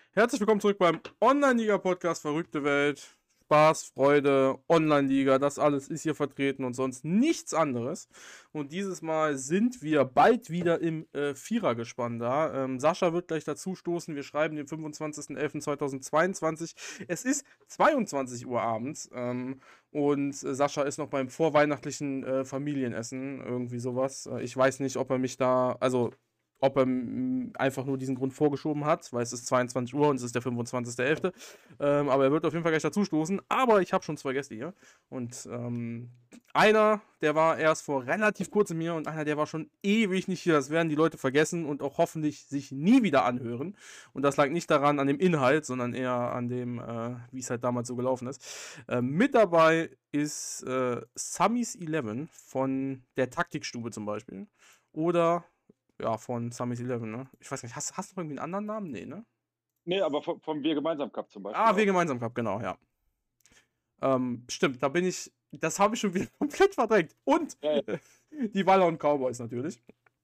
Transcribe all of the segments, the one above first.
Herzlich willkommen zurück beim Online-Liga-Podcast Verrückte Welt. Spaß, Freude, Online-Liga, das alles ist hier vertreten und sonst nichts anderes. Und dieses Mal sind wir bald wieder im Vierergespann da. Sascha wird gleich dazu stoßen. Wir schreiben den 25.11.2022. Es ist 22 Uhr abends und Sascha ist noch beim vorweihnachtlichen Familienessen, irgendwie sowas. Ich weiß nicht, ob er mich da, also ob er einfach nur diesen Grund vorgeschoben hat, weil es ist 22 Uhr und es ist der 25.11. Aber er wird auf jeden Fall gleich dazu stoßen. Aber ich habe schon zwei Gäste hier. Und einer, der war erst vor relativ kurzem hier und einer, der war schon ewig nicht hier. Das werden die Leute vergessen und auch hoffentlich sich nie wieder anhören. Und das lag nicht daran an dem Inhalt, sondern eher an dem, wie es halt damals so gelaufen ist. Mit dabei ist Sammys 11 von der Taktikstube zum Beispiel. Oder ja, von Summit 11, ne? Ich weiß nicht, hast du noch irgendwie einen anderen Namen? Nee, ne? Nee, aber vom Wir gemeinsam Cup zum Beispiel Ah, wir auch. gemeinsam gehabt, genau, ja. Stimmt, das habe ich schon wieder komplett verdrängt. Und Ja, ja. die Waller und Cowboys natürlich.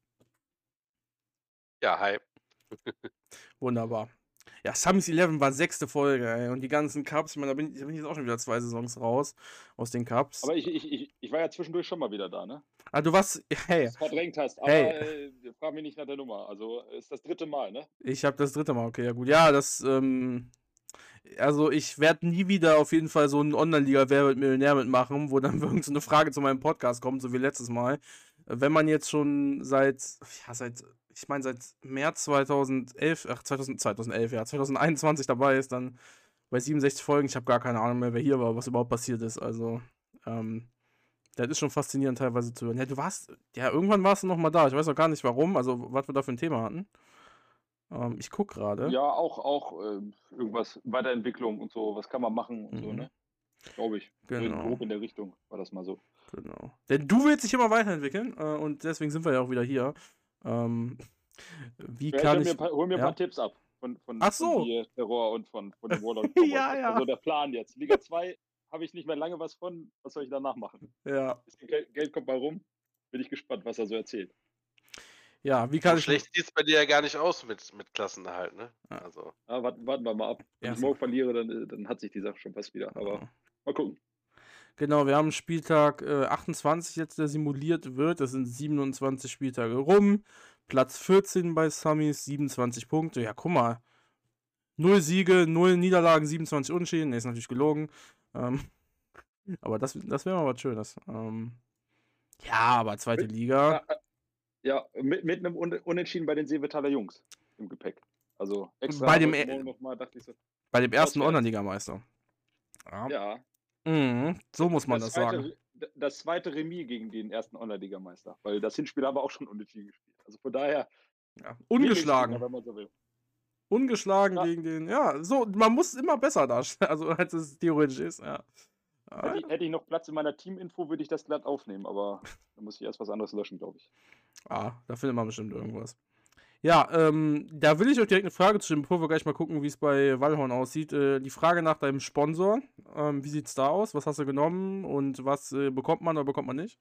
Ja, hi. Wunderbar. Ja, Summit 11 war sechste Folge, ey. Und die ganzen Cups, ich meine, da bin ich jetzt auch schon wieder 2 Saisons raus aus den Cups. Aber ich war ja zwischendurch schon mal wieder da, ne? Ah, du warst, hey, Das verdrängt hast. Aber hey, frag mich nicht nach der Nummer. Also ist das dritte Mal, ne? ich habe das dritte Mal, okay, ja gut. Ja, also ich werde nie wieder auf jeden Fall so einen Online-Liga Wer wird Millionär mitmachen, wo dann irgend so eine Frage zu meinem Podcast kommt, so wie letztes Mal. Wenn man jetzt schon ich meine seit März 2011, 2011, ja, 2021 dabei ist, dann bei 67 Folgen, ich habe gar keine Ahnung mehr, wer hier war, was überhaupt passiert ist. Also, das ist schon faszinierend teilweise zu hören. Ja, irgendwann warst du noch mal da. Ich weiß auch gar nicht warum, also was wir da für ein Thema hatten. Ich guck gerade. Ja, auch irgendwas, Weiterentwicklung und so, was kann man machen und so, Mhm, ne? Glaube ich. So genau. grob in der Richtung war das mal so. Genau. Denn du willst dich immer weiterentwickeln und deswegen sind wir ja auch wieder hier. Ähm, wie Ja, ich kann ich. hol mir ein paar Ja? Tipps ab von, Ach von so! dir, Terror und von den Warlord Cowboys. Ja, Das war ja. so der Plan jetzt. Liga 2 habe ich nicht mehr lange was von. Was soll ich danach machen? Ja. Bisschen Geld kommt mal rum. Bin ich gespannt, was er so erzählt. Ja, wie So kann ich. schlecht sieht's bei dir ja gar nicht aus mit Klassenerhalt, ne? Ja, Also, Ja, warten wir mal ab. Wenn ich erstmal. morgen verliere, dann hat sich die Sache schon fast wieder. Aber Genau. mal gucken. Genau, wir haben Spieltag 28 jetzt, der simuliert wird. Das sind 27 Spieltage rum. Platz 14 bei Summies, 27 Punkte. Ja, guck mal. 0 Siege, 0 Niederlagen, 27 Unentschieden. Ne, ist natürlich gelogen. Ähm, aber das wäre mal was Schönes. Ja, aber zweite Mit, Liga. ja, mit einem Unentschieden bei den Seevetaler Jungs im Gepäck. Also Bei extra dem, heute Morgen nochmal, dachte ich so, bei dem ersten auswärts. Online-Ligameister. Ja. Ja, So muss man das sagen. das zweite Remis gegen den ersten Online-Ligameister. Weil das Hinspiel haben wir auch schon unentschieden gespielt. Also von daher Ja. Zwillingsgegner, Ungeschlagen. wenn man so will. Ungeschlagen Ja, gegen den. Ja, so, man muss immer besser darstellen, also als es theoretisch ist, ja. hätte ich noch Platz in meiner Teaminfo, würde ich das glatt aufnehmen. Aber da muss ich erst was anderes löschen, glaube ich. Da findet man bestimmt irgendwas. Ja, da will ich euch direkt eine Frage zu stellen, bevor wir gleich mal gucken, wie es bei Wallhorn aussieht. Die Frage nach deinem Sponsor. Wie sieht's da aus? Was hast du genommen und was bekommt man oder bekommt man nicht?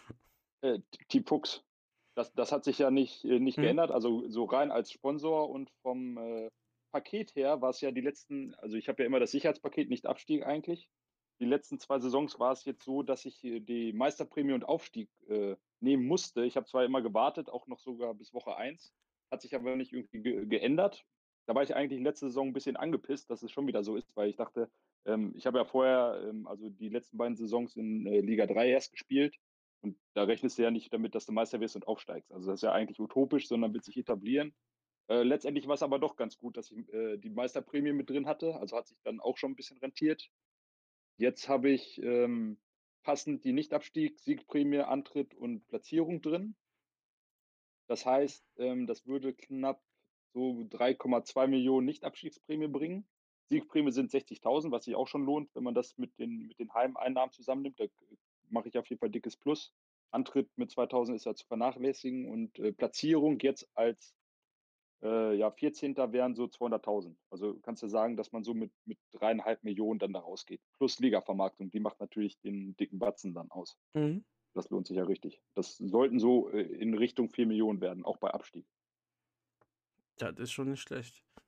Team Fuchs. Das hat sich ja nicht Mhm. geändert. Also so rein als Sponsor und vom Paket her war es ja die letzten, also ich habe ja immer das Sicherheitspaket, nicht Abstieg eigentlich. Die letzten 2 Saisons war es jetzt so, dass ich die Meisterprämie und Aufstieg nehmen musste. Ich habe zwar immer gewartet, auch noch sogar bis Woche 1, hat sich aber nicht irgendwie geändert. Da war ich eigentlich letzte Saison ein bisschen angepisst, dass es schon wieder so ist, weil ich dachte, ich habe ja vorher, also die letzten beiden Saisons in Liga 3 erst gespielt und da rechnest du ja nicht damit, dass du Meister wirst und aufsteigst. Also das ist ja eigentlich utopisch, sondern wird sich etablieren. Letztendlich war es aber doch ganz gut, dass ich die Meisterprämie mit drin hatte. Also hat sich dann auch schon ein bisschen rentiert. Jetzt habe ich passend die Nichtabstieg, Siegprämie, Antritt und Platzierung drin. Das heißt, das würde knapp so 3,2 Millionen Nichtabstiegsprämie bringen. Siegprämie sind 60.000, was sich auch schon lohnt, wenn man das mit den Heimeinnahmen zusammennimmt. Da mache ich auf jeden Fall dickes Plus. Antritt mit 2.000 ist ja zu vernachlässigen und Platzierung jetzt als ja, 14. wären so 200.000. Also kannst du sagen, dass man so mit 3,5 Millionen dann da rausgeht. Plus Liga-Vermarktung, die macht natürlich den dicken Batzen dann aus. Mhm. Das lohnt sich ja richtig. Das sollten so in Richtung 4 Millionen werden, auch bei Abstieg. Das ist schon nicht schlecht.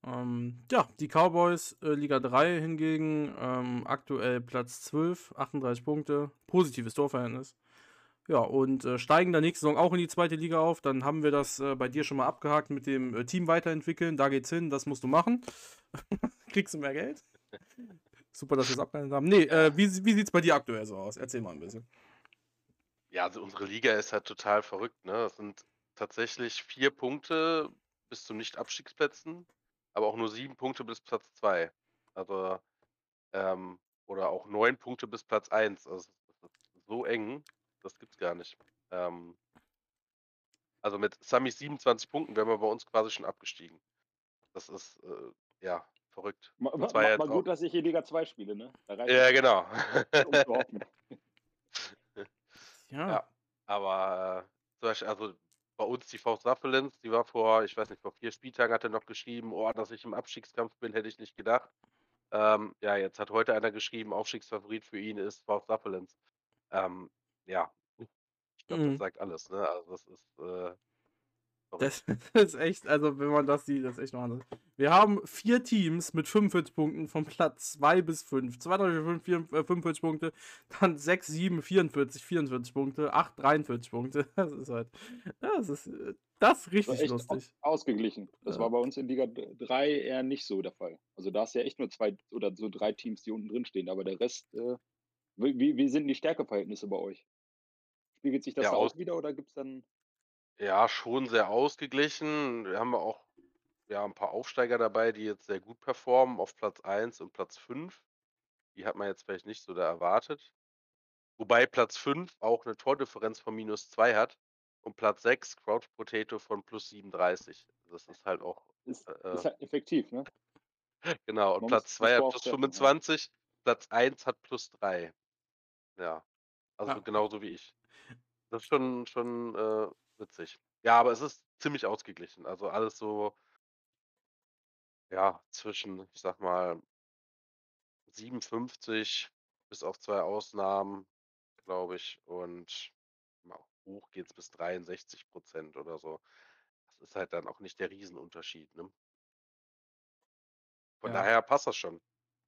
Ja, die Cowboys, Liga 3 hingegen, aktuell Platz 12, 38 Punkte, positives Torverhältnis. Ja, und steigen dann nächste Saison auch in die zweite Liga auf. Dann haben wir das bei dir schon mal abgehakt mit dem Team weiterentwickeln. Da geht's hin, das musst du machen. Kriegst du mehr Geld? Super, dass wir es abgehandelt haben. Nee, wie sieht's bei dir aktuell so aus? Erzähl mal ein bisschen. Ja, also unsere Liga ist halt total verrückt, ne? Das sind tatsächlich 4 Punkte bis zu Nicht-Abstiegsplätzen, aber auch nur 7 Punkte bis Platz 2. Also, oder auch 9 Punkte bis Platz 1. Also, das ist so eng, das gibt's gar nicht. Also mit Samis 27 Punkten wären wir bei uns quasi schon abgestiegen. Das ist, ja, verrückt. Das war ja Mal jetzt auch. gut, dass ich hier Liga 2 spiele, ne? Da reicht Ja, es, genau. um zu hoffen. Ja, Ja, aber zum Beispiel, also bei uns die Faust Saffelins, die war vor, ich weiß nicht, vor 4 Spieltagen hat er noch geschrieben, oh, dass ich im Abstiegskampf bin, hätte ich nicht gedacht. Ja, jetzt hat heute einer geschrieben, Aufstiegsfavorit für ihn ist Faust Saffelins. Ja, ich glaube, das mhm. sagt alles, ne? Also das ist Das verrückt. ist echt, also wenn man das sieht, das ist echt Wahnsinn. Wir haben 4 Teams mit 45 Punkten von Platz 2 bis 5. 2, 3, 4, 5, 4, 45 Punkte, dann 6, 7, 44, 44 Punkte, 8, 43 Punkte. Das ist halt, das ist Das war richtig echt lustig. ausgeglichen. Das Ja. war bei uns in Liga 3 eher nicht so der Fall. Also da ist ja echt nur 2 oder so 3 Teams, die unten drin stehen, aber der Rest, wie sind die Stärkeverhältnisse bei euch? Spiegelt sich das Ja, da auch wieder oder gibt's dann ja, schon sehr ausgeglichen. Wir haben auch ja ein paar Aufsteiger dabei, die jetzt sehr gut performen auf Platz 1 und Platz 5. Die hat man jetzt vielleicht nicht so da erwartet. Wobei Platz 5 auch 'ne Tordifferenz von -2 hat und Platz 6 Crouch Potato von +37. Das ist halt auch ist halt effektiv, ne? genau. Und Man Platz muss 2 hat drauf treffen, ja. +25, Platz 1 hat +3. Ja, also Ja. genauso wie ich. Das ist schon, witzig. Ja, aber es ist ziemlich ausgeglichen. Also alles so, ja, zwischen, ich sage mal, 57 bis auf 2 Ausnahmen, glaube ich, und mal hoch geht's bis 63% oder so. Das ist halt dann auch nicht der Riesenunterschied, ne? Von Ja, daher passt das schon.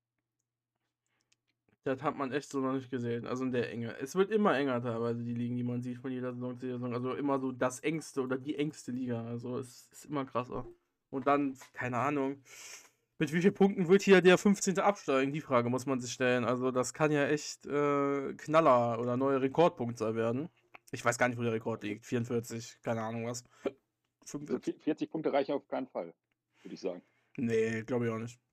das hat man echt so noch nicht gesehen. Also in der Enge. Es wird immer enger teilweise, die Ligen, die man sieht von jeder Saison zu jeder Saison. Also immer so das engste oder die engste Liga. Also es ist immer krasser. Und dann, keine Ahnung, mit wie vielen Punkten wird hier der 15. absteigen? Die Frage muss man sich stellen. Also das kann ja echt Knaller oder neue Rekordpunktzahl werden. Ich weiß gar nicht, wo der Rekord liegt. 44, keine Ahnung was. Also 45? 40 Punkte reichen auf keinen Fall, würde ich sagen. Nee, glaube ich auch nicht.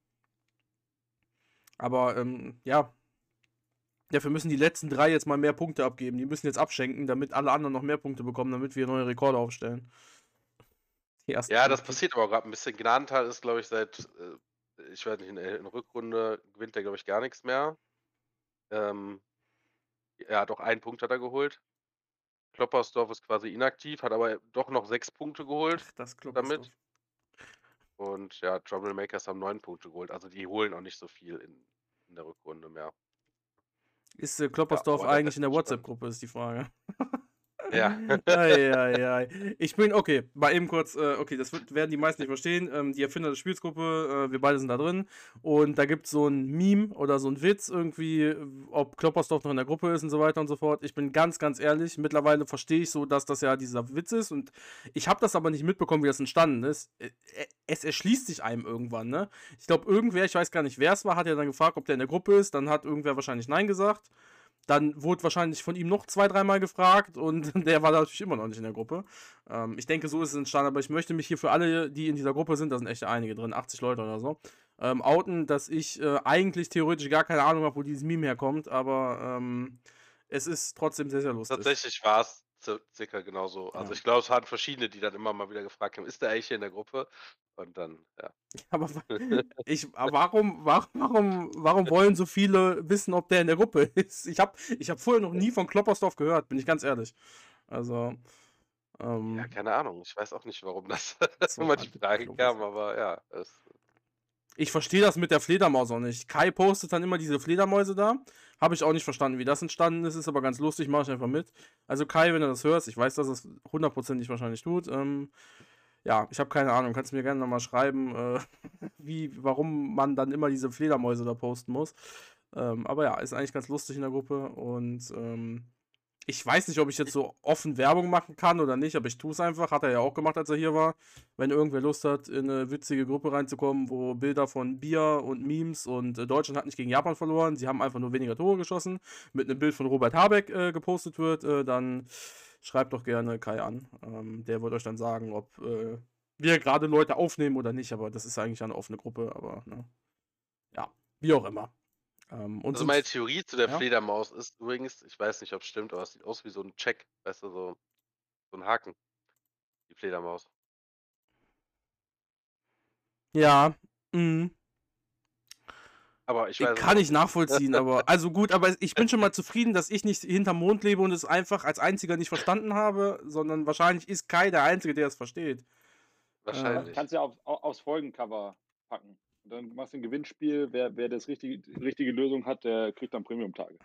Aber ja, dafür müssen die letzten 3 jetzt mal mehr Punkte abgeben. Die müssen jetzt abschenken, damit alle anderen noch mehr Punkte bekommen, damit wir neue Rekorde aufstellen. Die ersten Ja, 5 das Teams. passiert aber grad 'n bisschen. Gnantal ist, glaube ich, seit, ich weiß nicht, in Rückrunde gewinnt der, glaube ich, gar nix mehr. Ähm, ja, doch 1 Punkt hat er geholt. Kloppersdorf ist quasi inaktiv, hat aber doch noch 6 Punkte geholt Ach, das Kloppersdorf. damit. Und ja, Troublemakers haben 9 Punkte geholt. Also, die holen auch nicht so viel in der Rückrunde mehr. Ist Ja, Kloppersdorf aber der eigentlich in Rest der ist spannend. WhatsApp-Gruppe, ist die Frage. Ja. Ei, ei, ei. Ich bin, okay, mal eben kurz, okay, werden die meisten nicht verstehen. Die Erfinder der Spielsgruppe, wir beide sind da drin. Und da gibt es so ein Meme oder so ein Witz irgendwie, ob Kloppersdorf noch in der Gruppe ist und so weiter und so fort. Ich bin ganz, ganz ehrlich, mittlerweile verstehe ich so, dass das ja dieser Witz ist. Und ich habe das aber nicht mitbekommen, wie das entstanden ist. Es erschließt sich einem irgendwann, ne? Ich glaube, irgendwer, ich weiß gar nicht, wer es war, hat ja dann gefragt, ob der in der Gruppe ist. Dann hat irgendwer wahrscheinlich Nein gesagt. Dann wurde wahrscheinlich von ihm noch 2, dreimal gefragt und der war natürlich immer noch nicht in der Gruppe. Ich denke, so ist es entstanden, aber ich möchte mich hier für alle, die in dieser Gruppe sind, da sind echt einige drin, 80 Leute oder so, outen, dass ich eigentlich theoretisch gar keine Ahnung habe, wo dieses Meme herkommt, aber es ist trotzdem sehr, sehr lustig. Tatsächlich war's circa genauso. Also, Ja. ich glaube, es waren verschiedene, die dann immer mal wieder gefragt haben: „Ist der eigentlich hier in der Gruppe?“ Und dann, ja. Aber warum wollen so viele wissen, ob der in der Gruppe ist? Ich hab vorher noch nie von Kloppersdorf gehört, bin ich ganz ehrlich. Also, Ja, keine Ahnung. Ich weiß auch nicht, warum das so immer die halt Frage Kloppersdorf. kam, aber ja, es Ich verstehe das mit der Fledermaus auch nicht. Kai postet dann immer diese Fledermäuse da. Habe ich auch nicht verstanden, wie das entstanden ist. Ist aber ganz lustig, mache ich einfach mit. Also Kai, wenn du das hörst, ich weiß, dass es hundertprozentig wahrscheinlich tut. Ja, ich habe keine Ahnung. Kannst du mir gerne nochmal schreiben, warum man dann immer diese Fledermäuse da posten muss. Aber ja, ist eigentlich ganz lustig in der Gruppe und ich weiß nicht, ob ich jetzt so offen Werbung machen kann oder nicht, aber ich tue es einfach. Hat er ja auch gemacht, als er hier war. Wenn irgendwer Lust hat, in eine witzige Gruppe reinzukommen, wo Bilder von Bier und Memes und Deutschland hat nicht gegen Japan verloren, sie haben einfach nur weniger Tore geschossen, mit einem Bild von Robert Habeck gepostet wird, dann schreibt doch gerne Kai an. Der wird euch dann sagen, ob wir gerade Leute aufnehmen oder nicht, aber das ist eigentlich eine offene Gruppe, aber ne, ja, wie auch immer. Und Also, meine sonst, Theorie zu der ja. Fledermaus ist übrigens, ich weiß nicht, ob's stimmt, aber es sieht aus wie so 'n Check, weißt du, so 'n Haken, die Fledermaus. Ja, mhm. Aber ich weiß es Kann auch ich nicht. nachvollziehen, aber also gut, aber ich bin schon mal zufrieden, dass ich nicht hinterm Mond lebe und es einfach als Einziger nicht verstanden habe, sondern wahrscheinlich ist Kai der Einzige, der es versteht. Wahrscheinlich. Kannst ja aufs Folgencover packen. Und dann machst du ein Gewinnspiel. Wer das richtige Lösung hat, der kriegt dann Premium-Tage.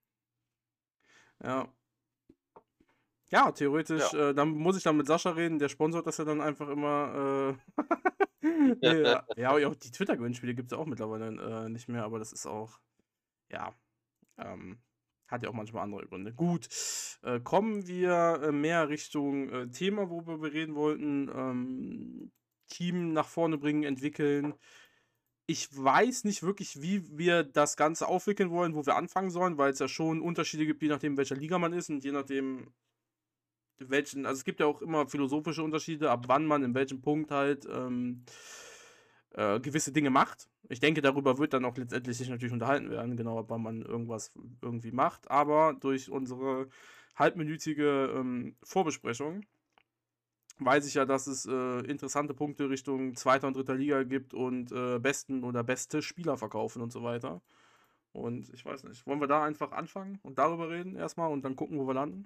Ja. Ja, theoretisch, Ja. dann muss ich dann mit Sascha reden, der sponsort das ja dann einfach immer. Nee, ja, auch die Twitter-Gewinnspiele gibt es ja auch mittlerweile nicht mehr, aber das ist auch, ja, ähm, hat ja auch manchmal andere Gründe. Gut, kommen wir mehr Richtung Thema, worüber wir reden wollten. Team nach vorne bringen, entwickeln. Ich weiß nicht wirklich, wie wir das Ganze aufwickeln wollen, wo wir anfangen sollen, weil es ja schon Unterschiede gibt, je nachdem, welcher Liga man ist und je nachdem, also es gibt ja auch immer philosophische Unterschiede, ab wann man in welchem Punkt halt gewisse Dinge macht. Ich denke, darüber wird dann auch letztendlich sich natürlich unterhalten werden, genau, ab wann man irgendwas irgendwie macht. Aber durch unsere halbminütige Vorbesprechung weiß ich ja, dass es interessante Punkte Richtung zweiter und dritter Liga gibt und besten oder beste Spieler verkaufen und so weiter. Und ich weiß nicht, wollen wir da einfach anfangen und darüber reden erstmal und dann gucken, wo wir landen?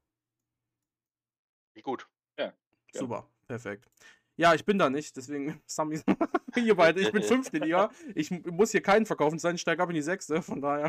Gut. Ja, gerne. Super, perfekt. Ja, ich bin da nicht, deswegen Sami, ihr beide, ich bin fünfte Liga. Ich muss hier keinen verkaufen sein, ich steige ab in die sechste, von daher.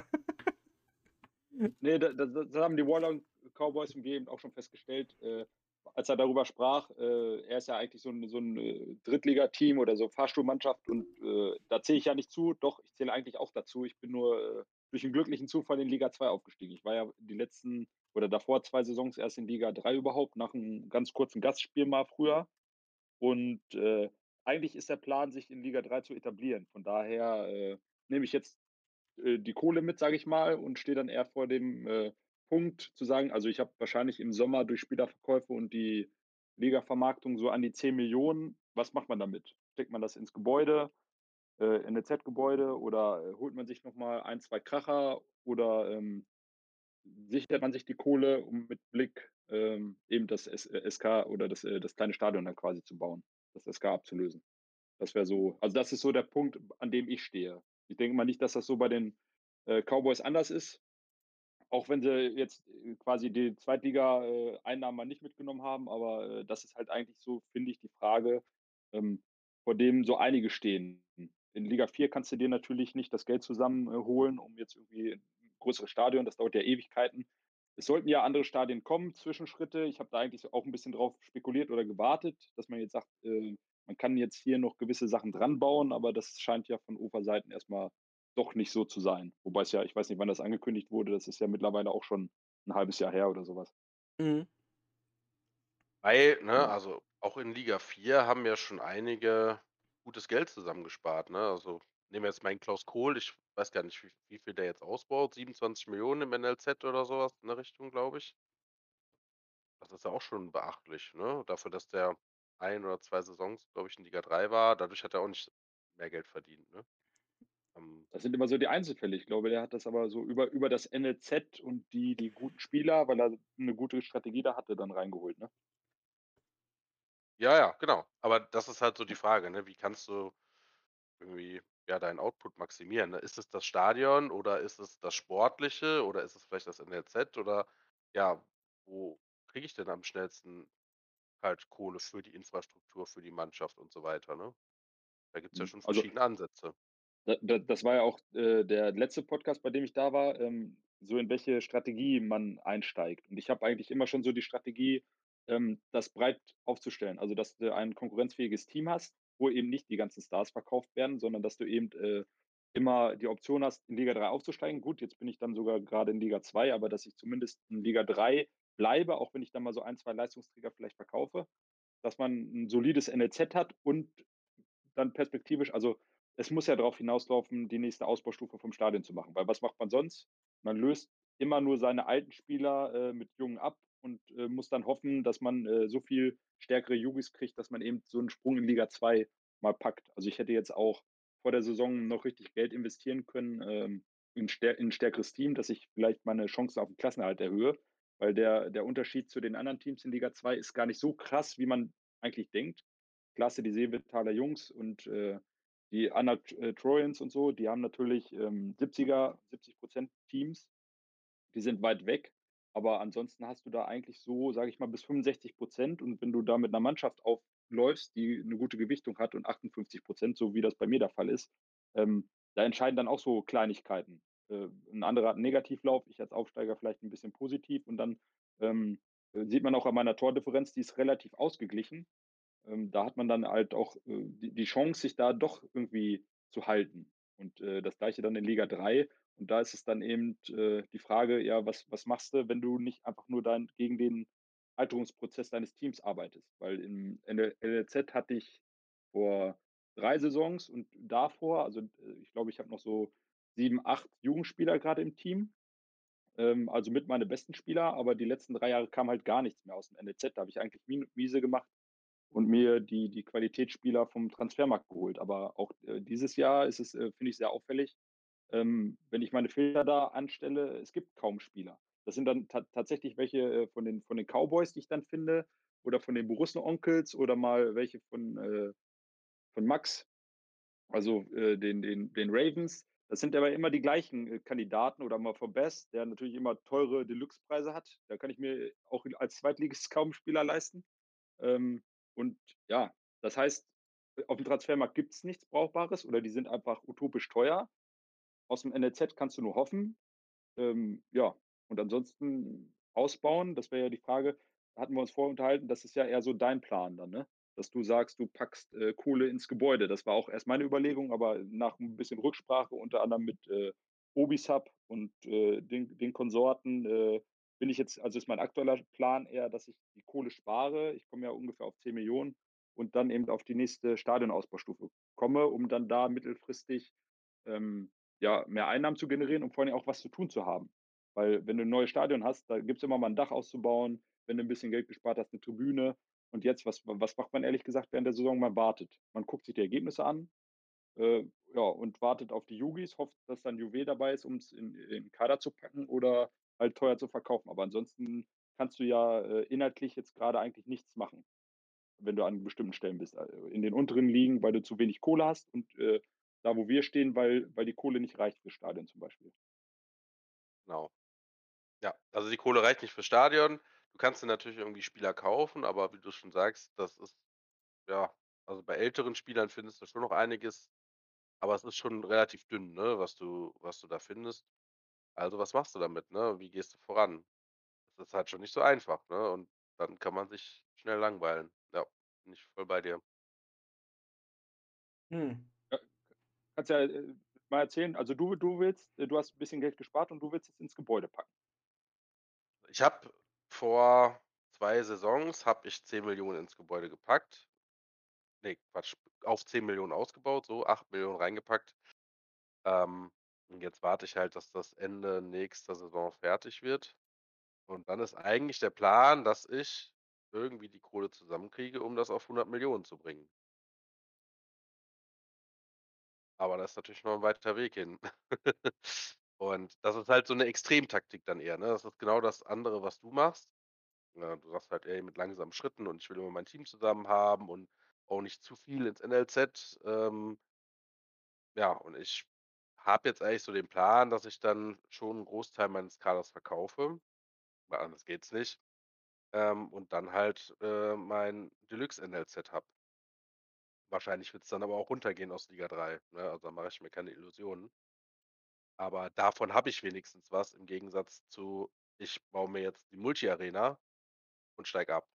Nee, das haben die Warlock Cowboys im Game auch schon festgestellt, als er darüber sprach. Er ist ja eigentlich so ein Drittligateam oder so Fahrstuhlmannschaft und da zähle ich ja nicht zu. Doch, ich zähle eigentlich auch dazu. Ich bin nur durch einen glücklichen Zufall in Liga 2 aufgestiegen. Ich war ja die letzten oder davor 2 Saisons erst in Liga 3 überhaupt, nach einem ganz kurzen Gastspiel mal früher. Und eigentlich ist der Plan, sich in Liga 3 zu etablieren. Von daher nehme ich jetzt die Kohle mit, sage ich mal, und stehe dann eher vor dem Punkt zu sagen, also ich habe wahrscheinlich im Sommer durch Spielerverkäufe und die Liga-Vermarktung so an die 10 Millionen. Was macht man damit? Steckt man das ins Gebäude, NLZ-Gebäude oder holt man sich nochmal ein, zwei Kracher oder sichert man sich die Kohle, um mit Blick eben das SK oder das kleine Stadion dann quasi zu bauen, das SK abzulösen. Das wäre so, also das ist so der Punkt, an dem ich stehe. Ich denke mal nicht, dass das so bei den Cowboys anders ist, auch wenn sie jetzt quasi die Zweitliga-Einnahmen mal nicht mitgenommen haben, aber das ist halt eigentlich so, finde ich, die Frage, ähm, vor dem so einige stehen. In Liga 4 kannst du dir natürlich nicht das Geld zusammen holen, um jetzt irgendwie ein größeres Stadion, das dauert ja Ewigkeiten. Es sollten ja andere Stadien kommen, Zwischenschritte. Ich habe da eigentlich so auch ein bisschen drauf spekuliert oder gewartet, dass man jetzt sagt, man kann jetzt hier noch gewisse Sachen dran bauen, aber das scheint ja von Uferseiten erstmal doch nicht so zu sein. Wobei es ja, ich weiß nicht, wann das angekündigt wurde, das ist ja mittlerweile auch schon ein halbes Jahr her oder sowas. Mhm. Weil, ne, Genau. also auch in Liga 4 haben ja schon einige gutes Geld zusammengespart, ne? Also, nehmen wir jetzt mal einen Klaus Kohl, ich weiß gar nicht, wie viel der jetzt ausbaut, 27 Millionen im NLZ oder so was in der Richtung, glaube ich. Das ist ja auch schon beachtlich, ne? Dafür, dass der 1 oder 2 Saisons, glaube ich, in Liga 3 war. Dadurch hat er auch nicht mehr Geld verdient, ne? Ähm, Das sind immer so die Einzelfälle. Ich glaube, der hat das aber so über das NLZ und die guten Spieler, weil er eine gute Strategie da hatte, dann reingeholt, ne? ja, ja, genau. Aber das ist halt so die Frage, ne? Wie kannst du irgendwie, ja, deinen Output maximieren, ne? Ist es das Stadion oder ist es das Sportliche oder ist es vielleicht das NLZ oder ja, wo kriege ich denn am schnellsten halt Kohle für die Infrastruktur, für die Mannschaft und so weiter, ne? Da gibt's ja schon Also, verschiedene Ansätze. das war ja auch der letzte Podcast, bei dem ich da war, so in welche Strategie man einsteigt. Und ich habe eigentlich immer schon so die Strategie das breit aufzustellen. Also, dass du ein konkurrenzfähiges Team hast, wo eben nicht die ganzen Stars verkauft werden, sondern dass du eben, immer die Option hast, in Liga 3 aufzusteigen. Gut, jetzt bin ich dann sogar gerade in Liga 2, aber dass ich zumindest in Liga 3 bleibe, auch wenn ich dann mal so ein 2 Leistungsträger vielleicht verkaufe, dass man ein solides NLZ hat und dann perspektivisch, also, es muss ja darauf hinauslaufen, die nächste Ausbaustufe vom Stadion zu machen, weil was macht man sonst? Man löst immer nur seine alten Spieler, mit Jungen ab und, muss dann hoffen, dass man, so viel stärkere Jugis kriegt, dass man eben so einen Sprung in Liga 2 mal packt. Also, ich hätte jetzt auch vor der Saison noch richtig Geld investieren können, in 'n stärkeres Team, dass ich vielleicht meine Chancen auf den Klassenerhalt erhöhe, weil der Unterschied zu den anderen Teams in Liga 2 ist gar nicht so krass, wie man eigentlich denkt. Klasse, die Seevedtaler Jungs und, die Trojans und so, die haben natürlich, 70 Teams, die sind weit weg, aber ansonsten hast du da eigentlich so, sage ich mal, bis 65, und wenn du da mit einer Mannschaft aufläufst, die eine gute Gewichtung hat und 58, so wie das bei mir der Fall ist, da entscheiden dann auch so Kleinigkeiten. 'N anderer hat 'n Negativlauf, ich als Aufsteiger vielleicht ein bisschen positiv und dann, ähm, sieht man auch an meiner Tordifferenz, die ist relativ ausgeglichen. Da hat man dann halt auch, die Chance, sich da doch irgendwie zu halten. Und, das Gleiche dann in Liga 3. Und da ist es dann eben, die Frage, ja, was machst du, wenn du nicht einfach nur gegen den Alterungsprozess deines Teams arbeitest? Weil im NLZ hatte ich vor 3 Saisons und davor, also, ich glaube, ich habe noch so 7, 8 Jugendspieler gerade im Team, also mit meine besten Spieler, aber die letzten 3 Jahre kam halt gar nichts mehr aus dem NLZ. Da habe ich eigentlich miese gemacht und mir die Qualitätsspieler vom Transfermarkt geholt. Aber auch, dieses Jahr ist es, finde ich, sehr auffällig, wenn ich meine Filter da anstelle, es gibt kaum Spieler. Das sind dann tatsächlich welche, von den Cowboys, die ich dann finde, oder von den Borussen-Onkels oder mal welche von Max, also, den Ravens. Das sind aber immer die gleichen, Kandidaten oder mal von Best, der natürlich immer teure Deluxe-Preise hat. Da kann ich mir auch als Zweitligist kaum Spieler leisten. Ähm, und ja, das heißt, auf dem Transfermarkt gibt es nichts Brauchbares oder die sind einfach utopisch teuer. Aus dem NLZ kannst du nur hoffen. Ja, und ansonsten ausbauen, das wäre ja die Frage, da hatten wir uns vorher unterhalten, das ist ja eher so dein Plan dann, ne? Dass du sagst, du packst, Kohle ins Gebäude. Das war auch erst meine Überlegung, aber nach ein bisschen Rücksprache, unter anderem mit, Obisub und, den Konsorten, bin ich jetzt, also ist mein aktueller Plan eher, dass ich die Kohle spare. Ich komme ja ungefähr auf 10 Millionen und dann eben auf die nächste Stadionausbaustufe komme, um dann da mittelfristig, ähm, ja, mehr Einnahmen zu generieren und vor allem auch was zu tun zu haben. Weil wenn du ein neues Stadion hast, da gibt's immer mal ein Dach auszubauen, wenn du ein bisschen Geld gespart hast, eine Tribüne. Und jetzt, was macht man ehrlich gesagt während der Saison? Man wartet. Man guckt sich die Ergebnisse an, ja, und wartet auf die Jugis, hofft, dass dann Juwé dabei ist, um's in 'n Kader zu packen oder halt teuer zu verkaufen. Aber ansonsten kannst du ja, inhaltlich jetzt gerade eigentlich nichts machen, wenn du an bestimmten Stellen bist. In den unteren Ligen, weil du zu wenig Kohle hast und, da, wo wir stehen, weil die Kohle nicht reicht fürs Stadion zum Beispiel. Genau. Ja, also die Kohle reicht nicht fürs Stadion. Du kannst dir natürlich irgendwie Spieler kaufen, aber wie du schon sagst, das ist ja, also bei älteren Spielern findest du schon noch einiges, aber es ist schon relativ dünn, ne, was du da findest. Also, was machst du damit, ne? Wie gehst du voran? Das ist halt schon nicht so einfach, ne? Und dann kann man sich schnell langweilen. Ja, bin ich voll bei dir. Hm. Ja, kannst ja, mal erzählen, also du hast ein bisschen Geld gespart und du willst es ins Gebäude packen. Ich habe vor 2 Saisons habe ich 10 Millionen ins Gebäude gepackt. Ne, Quatsch, auf 10 Millionen ausgebaut, so 8 Millionen reingepackt. Ähm, und jetzt warte ich halt, dass das Ende nächster Saison fertig wird. Und dann ist eigentlich der Plan, dass ich irgendwie die Kohle zusammenkriege, um das auf 100 Millionen zu bringen. Aber das ist natürlich noch 'n weiter Weg hin. Und das ist halt so 'ne Extremtaktik dann eher, ne? Das ist genau das andere, was du machst. Du sagst halt: „Ey, mit langsamen Schritten und ich will immer mein Team zusammen haben und auch nicht zu viel ins NLZ." Ja, und ich habe jetzt eigentlich so den Plan, dass ich dann schon 'n Großteil meines Kaders verkaufe, weil anders geht's nicht, und dann halt, mein Deluxe NLZ habe. Wahrscheinlich wird's dann aber auch runtergehen aus Liga 3, ne? Also, da mache ich mir keine Illusionen. Aber davon habe ich wenigstens was im Gegensatz zu: Ich baue mir jetzt die Multi-Arena und steige ab.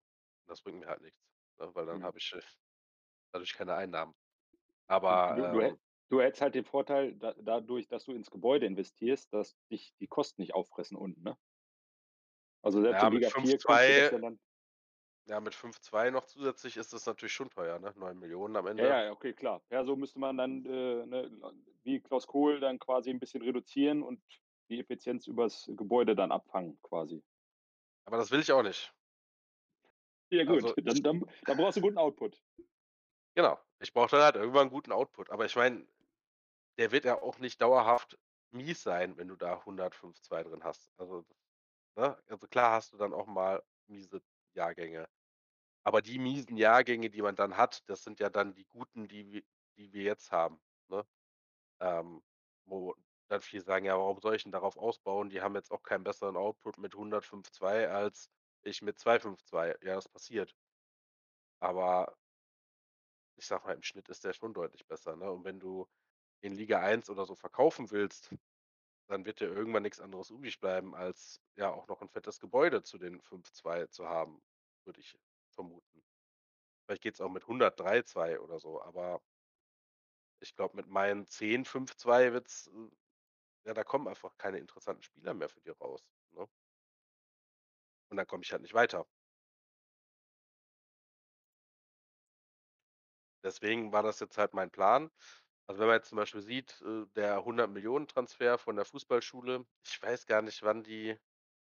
Das bringt mir halt nichts, ne, weil dann Mhm. habe ich, dadurch keine Einnahmen. Du Aber, du du hä du hättest halt den Vorteil dadurch, dass du ins Gebäude investierst, dass dich die Kosten nicht auffressen unten, ne? Also, selbst ja, in mit Liga fünf 4 könntest du das zwei ja dann. ja, mit 5,2 noch zusätzlich ist das natürlich schon teuer, ne? 9 Millionen am Ja, Ende. ja, okay, klar. Ja, so müsste man dann, ne, wie Klaus Kohl dann quasi 'n bisschen reduzieren und die Effizienz übers Gebäude dann abfangen quasi. Aber das will ich auch nicht. Ja gut, Also, dann brauchst du guten Output. genau, ich brauche dann halt irgendwann 'n guten Output. Aber ich meine, der wird ja auch nicht dauerhaft mies sein, wenn du da 105,2 drin hast. Also, ne? Also, klar hast du dann auch mal miese Jahrgänge. Aber die miesen Jahrgänge, die man dann hat, das sind ja dann die guten, die wir jetzt haben, ne? Ähm, wo dann viele sagen: „Ja, warum soll ich denn darauf ausbauen? Die haben jetzt auch keinen besseren Output mit 105,2 als ich mit 2,52." Ja, das passiert. Aber ich sage mal, im Schnitt ist der schon deutlich besser, ne? Und wenn du in Liga 1 oder so verkaufen willst, dann wird dir irgendwann nix anderes übrig bleiben, als, ja, auch noch 'n fettes Gebäude zu den 5,2 zu haben, würde ich vermuten. Vielleicht geht's auch mit 103,2 oder so, aber ich glaube, mit meinen 10, 5,2 wird's, ja, da kommen einfach keine interessanten Spieler mehr für die raus, ne? Und dann komme ich halt nicht weiter. Deswegen war das jetzt halt mein Plan. Also, wenn man jetzt zum Beispiel sieht, der 100 Millionen Transfer von der Fußballschule, ich weiß gar nicht, wann die,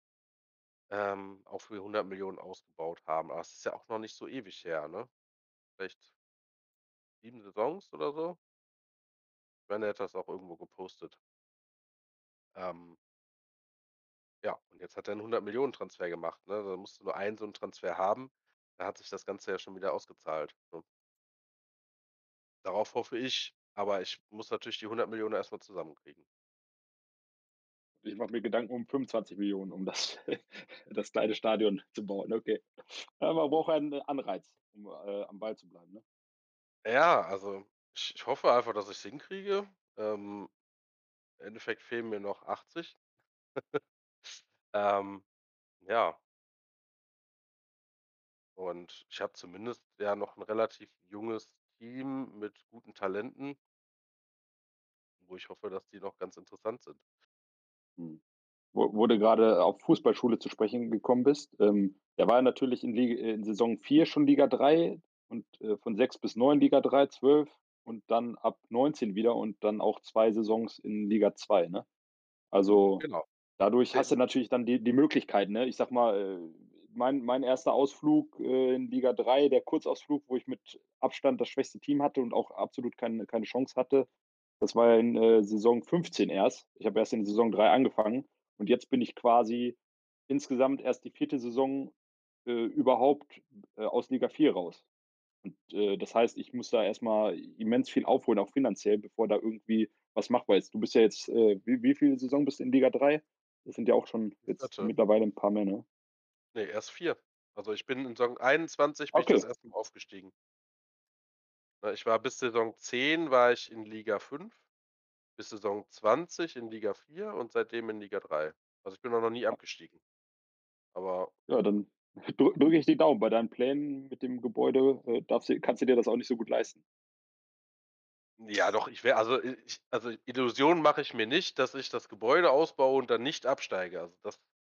auch für 100 Millionen ausgebaut haben, aber es ist ja auch noch nicht so ewig her, ne? Vielleicht 7 Saisons oder so? Ich meine, er hat das auch irgendwo gepostet. Ähm, ja, und jetzt hat er 'n 100 Millionen Transfer gemacht, ne? Da musst du nur einen so 'n Transfer haben, da hat sich das Ganze ja schon wieder ausgezahlt, ne? Darauf hoffe ich, aber ich muss natürlich die 100 Millionen erst mal zusammenkriegen. Ich mache mir Gedanken um 25 Millionen, um das das kleine Stadion zu bauen, okay. Ja, man braucht einen Anreiz, um, am Ball zu bleiben, ne? Ja, also, ich hoffe einfach, dass ich's hinkriege. Im Endeffekt fehlen mir noch 80. Ähm, ja, und ich habe zumindest ja noch 'n relativ junges Team mit guten Talenten, wo ich hoffe, dass die noch ganz interessant sind. Mhm. Wo du grade auf Fußballschule zu sprechen gekommen bist, der war ja natürlich in Saison 4 schon Liga 3 und, von 6 bis 9 Liga 3, 12 und dann ab 19 wieder und dann auch 2 Saisons in Liga 2, ne? Also, Genau. dadurch Ne, hast du natürlich dann die Möglichkeit, ne? Ich sage mal, mein erster Ausflug, in Liga 3, der Kurzausflug, wo ich mit Abstand das schwächste Team hatte und auch absolut keine Chance hatte, das war ja in, Saison 15 erst. Ich habe erst in Saison 3 angefangen und jetzt bin ich quasi insgesamt erst die 4. Saison, überhaupt, aus Liga 4 raus. Und, das heißt, ich muss da erst mal immens viel aufholen, auch finanziell, bevor da irgendwie was machbar ist. Du bist ja jetzt, wie viele Saison bist du in Liga 3? Das sind ja auch schon die jetzt 4. mittlerweile ein paar mehr, ne? Ne, erst 4. Also, ich bin in Saison 21 bin ich das Okay, 1. Mal aufgestiegen. Ne, ich war bis Saison 10 war ich in Liga 5, bis Saison 20 in Liga 4 und seitdem in Liga 3. Also, ich bin auch noch nie ja, abgestiegen. Aber ja, dann drücke ich die Daumen. Bei deinen Plänen mit dem Gebäude, kannst du dir das auch nicht so gut leisten. ja doch, also, Illusionen mache ich mir nicht, dass ich das Gebäude ausbaue und dann nicht absteige. Also,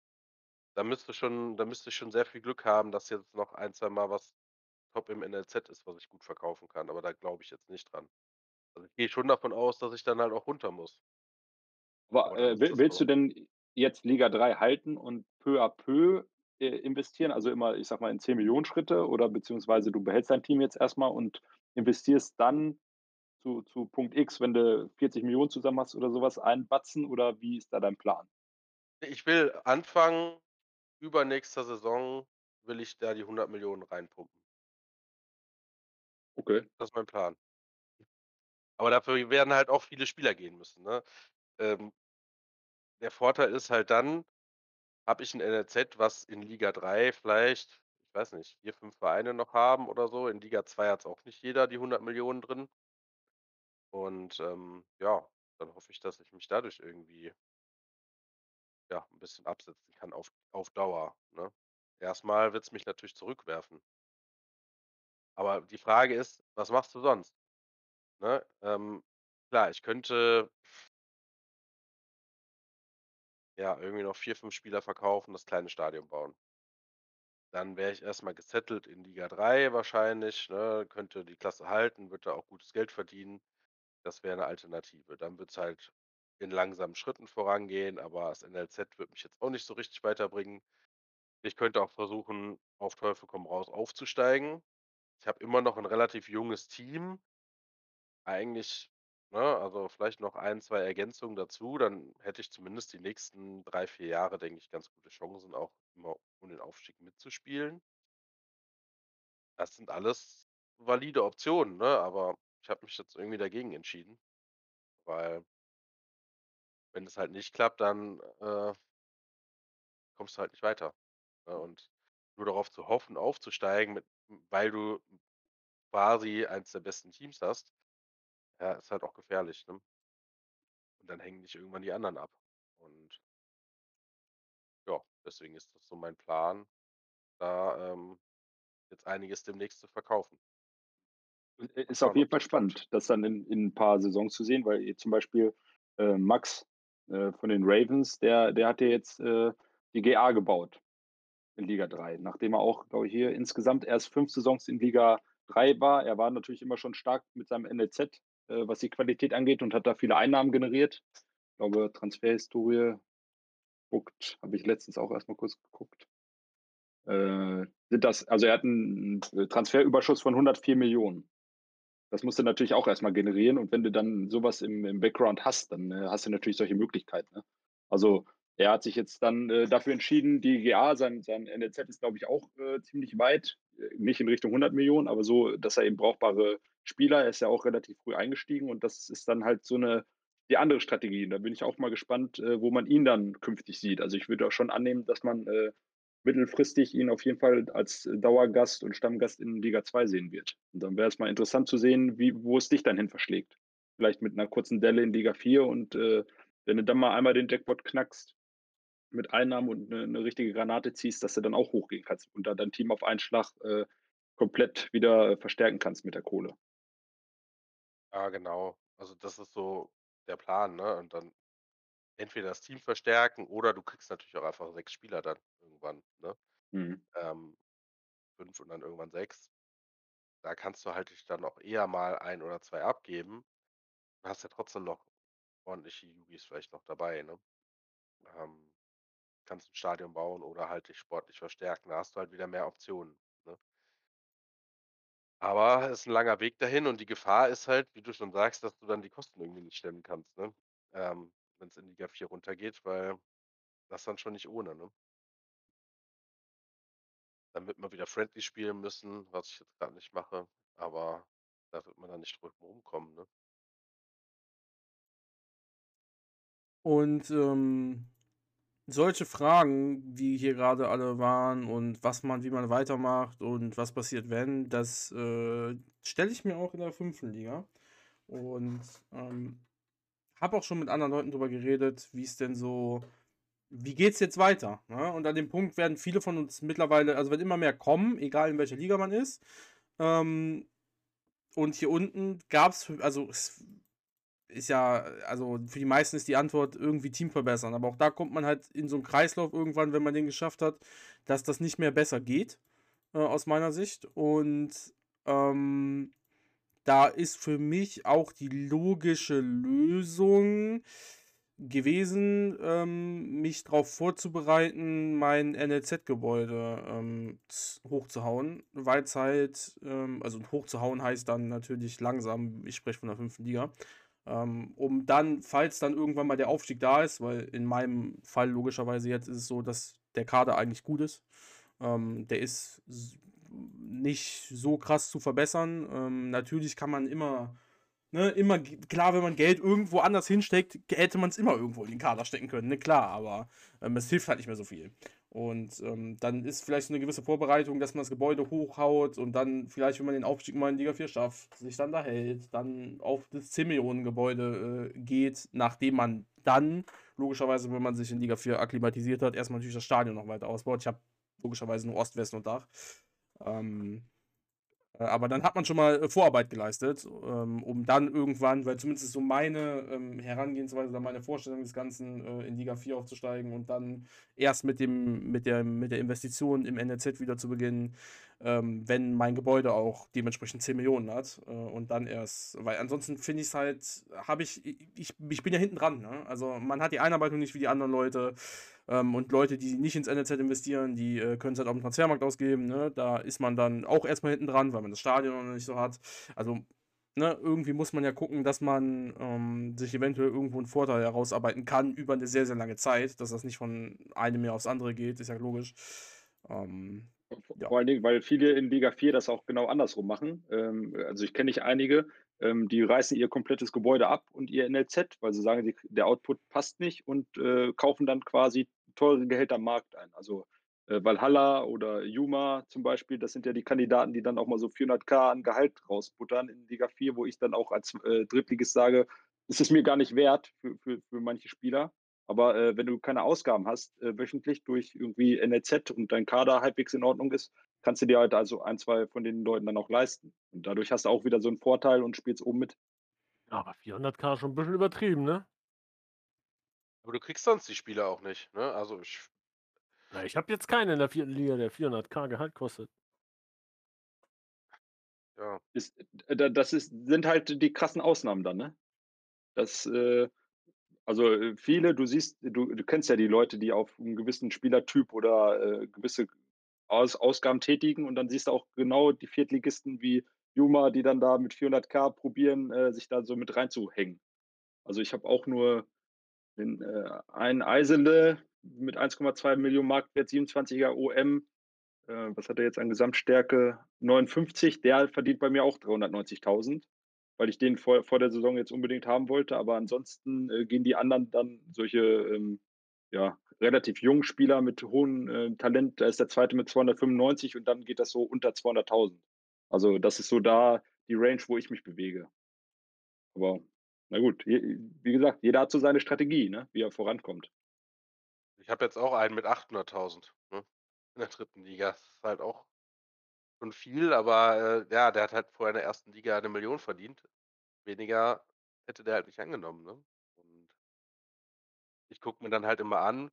da müsste ich schon sehr viel Glück haben, dass jetzt noch ein, zweimal was top im NLZ ist, was ich gut verkaufen kann, aber da glaube ich jetzt nicht dran. Also, ich gehe schon davon aus, dass ich dann halt auch runter muss. Aber, Aber dann ist das willst so. du denn jetzt Liga 3 halten und peu à peu, investieren? Also immer, ich sage mal, in 10 Millionen Schritte oder beziehungsweise du behältst dein Team jetzt erst mal und investierst dann zu Punkt X, wenn du 40 Millionen zusammen hast oder so was, einen Batzen oder wie ist da dein Plan? Ich will Anfang übernächster Saison will ich da die 100 Millionen reinpumpen. Okay. Das ist mein Plan. Aber dafür werden halt auch viele Spieler gehen müssen, ne? Ähm, der Vorteil ist halt dann, habe ich 'n NLZ, was in Liga 3 vielleicht, ich weiß nicht, 4, 5 Vereine noch haben oder so. In Liga 2 hat's auch nicht jeder die 100 Millionen drin. Und, ja, dann hoffe ich, dass ich mich dadurch irgendwie, ja, 'n bisschen absetzen kann auf Dauer, ne? Erst mal wird's mich natürlich zurückwerfen. Aber die Frage ist, was machst du sonst, ne? Klar, ich könnte, ja, irgendwie noch 4, 5 Spieler verkaufen, das kleine Stadion bauen. Dann wäre ich erst mal gesettelt in Liga 3 wahrscheinlich, ne, könnte die Klasse halten, würde da auch gutes Geld verdienen. Das wäre 'ne Alternative. Dann wird's halt in langsamen Schritten vorangehen, aber das NLZ wird mich jetzt auch nicht so richtig weiterbringen. Ich könnte auch versuchen, auf Teufel komm raus aufzusteigen. Ich habe immer noch 'n relativ junges Team. Eigentlich, ne, also vielleicht noch ein 2 Ergänzungen dazu, dann hätte ich zumindest die nächsten 3 4 Jahre, denke ich, ganz gute Chancen, auch immer um den Aufstieg mitzuspielen. Das sind alles valide Optionen, ne, aber ich habe mich jetzt irgendwie dagegen entschieden, weil wenn es halt nicht klappt, dann, kommst du halt nicht weiter, ne? Und nur darauf zu hoffen, aufzusteigen weil du quasi eins der besten Teams hast, ja, ist halt auch gefährlich, ne? Und dann hängen dich irgendwann die anderen ab. Und ja, deswegen ist das so mein Plan, da, jetzt einiges demnächst zu verkaufen. Mal Ist auf schauen, jeden ob Fall das klappt. spannend, das dann in 'n paar Saisons zu sehen, weil jetzt zum Beispiel, Max, von den Ravens, der hat ja jetzt, die GA gebaut in Liga 3, nachdem er auch, glaube ich, hier insgesamt erst 5 Saisons in Liga 3 war. Er war natürlich immer schon stark mit seinem NLZ, was die Qualität angeht und hat da viele Einnahmen generiert. Ich glaube, Transferhistorie guckt habe ich letztens auch erst mal kurz geguckt. Sind das also er hat 'n Transferüberschuss von 104 Millionen. Das musst du natürlich auch erst mal generieren und wenn du dann sowas im Background hast, dann, hast du natürlich solche Möglichkeiten, ne? Also, er hat sich jetzt dann, dafür entschieden, die GA sein NLZ ist, glaube ich, auch, ziemlich weit, nicht in Richtung 100 Millionen, aber so, dass er eben brauchbare Spieler er ist ja auch relativ früh eingestiegen und das ist dann halt so eine die andere Strategie. Und da bin ich auch mal gespannt, wo man ihn dann künftig sieht. Also, ich würde auch schon annehmen, dass man, mittelfristig ihn auf jeden Fall als Dauergast und Stammgast in Liga 2 sehen wird. Und dann wäre es mal interessant zu sehen, wo es dich dann hin verschlägt. Vielleicht mit einer kurzen Delle in Liga 4 und, wenn du dann mal einmal den Jackpot knackst mit Einnahmen und eine 'ne richtige Granate ziehst, dass du dann auch hochgehen kannst und da dein Team auf einen Schlag, komplett wieder verstärken kannst mit der Kohle. Ja, genau. Also, das ist so der Plan, ne? Und dann entweder das Team verstärken oder du kriegst natürlich auch einfach 6 Spieler dann irgendwann, ne? Mhm. Ähm, 5 und dann irgendwann 6. Da kannst du halt dich dann auch eher mal ein oder 2 abgeben. Du hast ja trotzdem noch ordentliche Jugis vielleicht noch dabei, ne? Ähm, kannst 'n Stadion bauen oder halt dich sportlich verstärken. Da hast du halt wieder mehr Optionen, ne? Aber es ist 'n langer Weg dahin und die Gefahr ist halt, wie du schon sagst, dass du dann die Kosten irgendwie nicht stemmen kannst, ne? Wenn's in Liga 4 runtergeht, weil das dann schon nicht ohne, ne? Dann wird man wieder friendly spielen müssen, was ich jetzt grad nicht mache, aber da wird man dann nicht drum rumkommen, ne? Und solche Fragen, wie hier gerade alle waren und wie man weitermacht und was passiert, wenn, das stelle ich mir auch in der fünften Liga. Und habe auch schon mit anderen Leuten drüber geredet, wie es denn so, wie geht's jetzt weiter? Ne? Und an dem Punkt werden viele von uns mittlerweile, also wenn immer mehr kommen, egal in welcher Liga man ist. Ähm, und hier unten gab es, also es ist ja, also für die meisten ist die Antwort irgendwie Team verbessern. Aber auch da kommt man halt in so einen Kreislauf irgendwann, wenn man den geschafft hat, dass das nicht mehr besser geht, aus meiner Sicht. Und ähm, da ist für mich auch die logische Lösung gewesen, mich darauf vorzubereiten, mein NLZ-Gebäude hochzuhauen, weil es halt, also hochzuhauen heißt dann natürlich langsam, ich spreche von der fünften Liga, um dann, falls dann irgendwann mal der Aufstieg da ist, weil in meinem Fall logischerweise jetzt ist es so, dass der Kader eigentlich gut ist. Der ist nicht so krass zu verbessern. Natürlich kann man immer, ne, immer, klar, wenn man Geld irgendwo anders hinsteckt, hätte man es immer irgendwo in den Kader stecken können, ne, klar, aber es hilft halt nicht mehr so viel. Und dann ist vielleicht so eine gewisse Vorbereitung, dass man das Gebäude hochhaut und dann vielleicht, wenn man den Aufstieg mal in Liga 4 schafft, sich dann da hält, dann auf das 10 Millionen Gebäude geht, nachdem man dann, logischerweise, wenn man sich in Liga 4 akklimatisiert hat, erstmal natürlich das Stadion noch weiter ausbaut. Ich habe logischerweise nur Ost, West und Dach. Ähm, Aber dann hat man schon mal Vorarbeit geleistet, um dann irgendwann, weil zumindest so meine Herangehensweise oder meine Vorstellung des Ganzen, in Liga 4 aufzusteigen und dann erst mit der Investition im NLZ wieder zu beginnen, wenn mein Gebäude auch dementsprechend 10 Millionen hat. Und dann erst, weil ansonsten finde ich es halt, ich bin ja hinten dran, ne? Also man hat die Einarbeitung nicht wie die anderen Leute. Und Leute, die nicht ins NLZ investieren, die können es halt auf dem Transfermarkt ausgeben. Ne? Da ist man dann auch erstmal hinten dran, weil man das Stadion noch nicht so hat. Also, ne, irgendwie muss man ja gucken, dass man sich eventuell irgendwo einen Vorteil herausarbeiten kann über eine sehr, sehr lange Zeit. Dass das nicht von einem Jahr aufs andere geht, ist ja logisch. Ähm, ja. Vor allen Dingen, weil viele in Liga 4 das auch genau andersrum machen. Also ich kenne nicht einige, die reißen ihr komplettes Gebäude ab und ihr NLZ, weil sie sagen, der Output passt nicht und kaufen dann quasi teure Gehälter am Markt ein. Also Valhalla oder Yuma zum Beispiel, das sind ja die Kandidaten, die dann auch mal so 400.000 an Gehalt rausbuttern in Liga 4, wo ich dann auch als Drittligist sage, ist es mir gar nicht wert für manche Spieler. Aber wenn du keine Ausgaben hast, wöchentlich durch irgendwie NLZ und dein Kader halbwegs in Ordnung ist, kannst du dir halt also ein, zwei von den Leuten dann auch leisten. Und dadurch hast du auch wieder so einen Vorteil und spielst oben mit. Ja, aber 400.000 schon ein bisschen übertrieben, ne? Aber du kriegst sonst die Spieler auch nicht, ne? Also Na, ich habe jetzt keinen in der 4. Liga, der 400.000 Gehalt kostet. ja. Sind halt die krassen Ausnahmen dann, ne? Das, also viele, du kennst ja die Leute, die auf einen gewissen Spielertyp oder gewisse Ausgaben tätigen und dann siehst du auch genau die Viertligisten wie Juma, die dann da mit 400.000 probieren, sich da so mit reinzuhängen. Also ich habe auch nur einen Eisele mit 1,2 Millionen Marktwert, 27er OM. Was hat er jetzt an Gesamtstärke? 59. Der verdient bei mir auch 390.000, weil ich den vor der Saison jetzt unbedingt haben wollte. Aber ansonsten gehen die anderen dann solche ja, relativ jungen Spieler mit hohem Talent. Da ist der zweite mit 295 und dann geht das so unter 200.000. Also das ist so da die Range, wo ich mich bewege. Aber na gut, wie gesagt, jeder hat so seine Strategie, ne, wie er vorankommt. Ich habe jetzt auch einen mit 800.000, ne, in der dritten Liga. Das ist halt auch schon viel, aber ja, der hat halt vorher in der ersten Liga 1 Million verdient. Weniger hätte der halt nicht angenommen, ne? Und ich gucke mir dann halt immer an,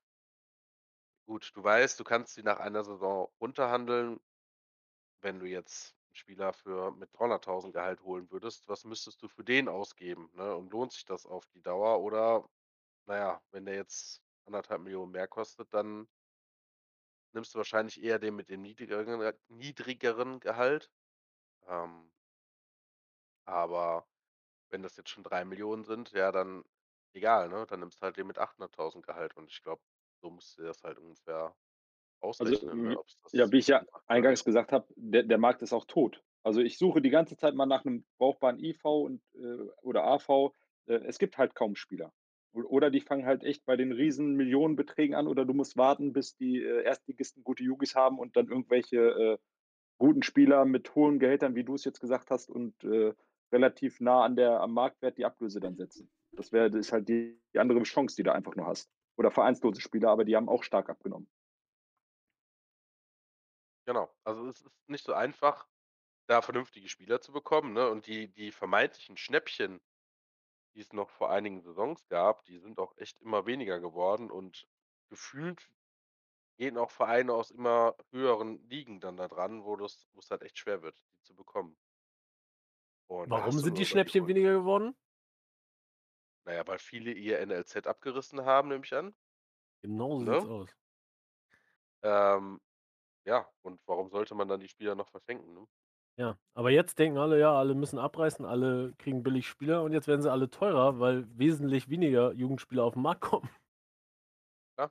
gut, du weißt, du kannst sie nach einer Saison runterhandeln. Wenn du jetzt 'n Spieler mit 300.000 Gehalt holen würdest, was müsstest du für den ausgeben, ne? Und lohnt sich das auf die Dauer? Oder, na ja, wenn der jetzt 1,5 Millionen mehr kostet, dann nimmst du wahrscheinlich eher den mit dem niedrigeren Gehalt. Ähm, aber wenn das jetzt schon 3 Millionen sind, ja, dann egal, ne? Dann nimmst du halt den mit 800.000 Gehalt und ich glaube, so musst du dir das halt ungefähr Also, ausrechnen, ne, ob's ja, das wie ich ja Sinn macht oder eingangs nicht. gesagt habe, der Markt ist auch tot. Also, ich suche die ganze Zeit mal nach einem brauchbaren IV und oder AV. Es gibt halt kaum Spieler. Oder die fangen halt echt bei den riesen Millionenbeträgen an oder du musst warten, bis die Erstligisten gute Jugis haben und dann irgendwelche guten Spieler mit hohen Gehältern, wie du es jetzt gesagt hast, und relativ nah am Marktwert die Ablöse dann setzen. Das ist halt die andere Chance, die du einfach nur hast. Oder vereinslose Spieler, aber die haben auch stark abgenommen. Genau. Also, es ist nicht so einfach, da vernünftige Spieler zu bekommen, ne? Und die vermeintlichen Schnäppchen, die es noch vor einigen Saisons gab, die sind auch echt immer weniger geworden und gefühlt gehen auch Vereine aus immer höheren Ligen dann da dran, wo's halt echt schwer wird, die zu bekommen. Und da Warum hast du sind die nur solche Schnäppchen weniger geworden? na ja, weil viele ihr NLZ abgerissen haben, nehme ich an, Genau so sieht's ne? aus. Ähm, ja, und warum sollte man dann die Spieler noch verschenken, ne? Ja, aber jetzt denken alle, ja, alle müssen abreißen, alle kriegen billig Spieler und jetzt werden sie alle teurer, weil wesentlich weniger Jugendspieler auf 'n Markt kommen. Ja,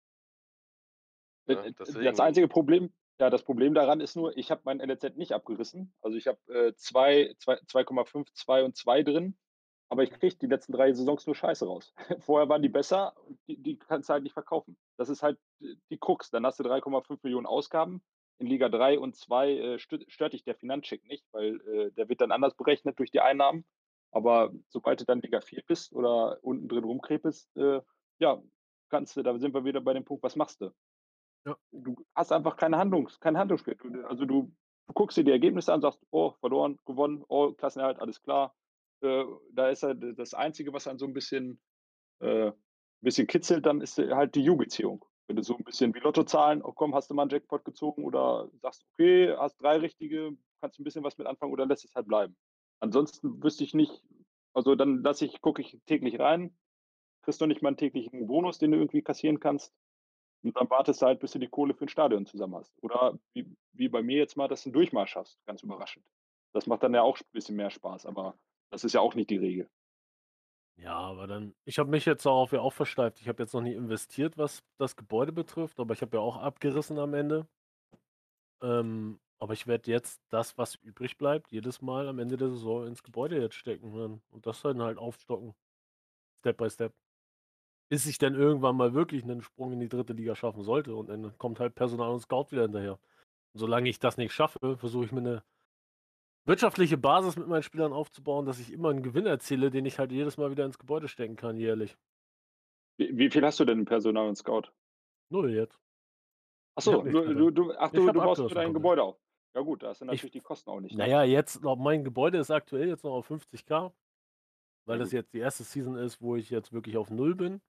Äh, ne? das Deswegen einzige Problem ja, das Problem daran ist nur, ich habe mein NLZ nicht abgerissen. Also, ich habe 2,5, 2 und 2 drin, aber ich kriege die letzten 3 Saisons nur Scheiße raus. Vorher waren die besser, die kannst du halt nicht verkaufen. Das ist halt die Krux. Dann hast du 3,5 Millionen Ausgaben. In Liga 3 und 2 stört dich der Finanzcheck nicht, weil der wird dann anders berechnet durch die Einnahmen. Aber sobald du dann Liga 4 bist oder unten drin rumkrepelst, ja, da sind wir wieder bei dem Punkt, was machst du? Ja. Du hast einfach kein Handlungsspiel. Du du guckst dir die Ergebnisse an, sagst: „Oh, verloren, gewonnen, oh, Klassenerhalt, alles klar.“ Da ist halt das Einzige, was einen so 'n bisschen kitzelt, dann ist, halt die Jugendbeziehung. Wenn du so 'n bisschen wie Lottozahlen: „Oh komm, hast du mal 'n Jackpot gezogen?“ Oder sagst: „Okay, hast 3 richtige, kannst 'n bisschen was mit anfangen“ oder lässt es halt bleiben. Ansonsten wüsste ich nicht, also, dann gucke ich täglich rein, kriegst noch nicht mal 'n täglichen Bonus, den du irgendwie kassieren kannst. Und dann wartest du halt, bis du die Kohle für 'n Stadion zusammen hast. Oder wie bei mir jetzt mal, dass du 'n Durchmarsch hast, ganz überraschend. Das macht dann ja auch bisschen mehr Spaß, aber das ist ja auch nicht die Regel. Ja, aber dann ich habe mich jetzt darauf ja auch versteift. Ich habe jetzt noch nie investiert, was das Gebäude betrifft, aber ich habe ja auch abgerissen am Ende. Aber ich werde jetzt das, was übrig bleibt, jedes Mal am Ende der Saison ins Gebäude jetzt stecken dann und das dann halt aufstocken, Step by Step. Bis ich dann irgendwann mal wirklich 'nen Sprung in die 3. Liga schaffen sollte und dann kommt halt Personal und Scout wieder hinterher. Und solange ich das nicht schaffe, versuche ich mir 'ne wirtschaftliche Basis mit meinen Spielern aufzubauen, dass ich immer 'n Gewinn erziele, den ich halt jedes Mal wieder ins Gebäude stecken kann jährlich. Wie viel hast du denn im Personal und Scout? 0 jetzt. Ach Ich so, habe nichts mehr drin. Ich habe du baust nur abgerissen dein komplett. Gebäude auf. Ja gut, da hast du Ich natürlich die Kosten auch nicht, Na ne? ja, jetzt noch mein Gebäude ist aktuell jetzt noch auf 50.000, weil Ja das gut. jetzt die erste Season ist, wo ich jetzt wirklich auf 0 bin.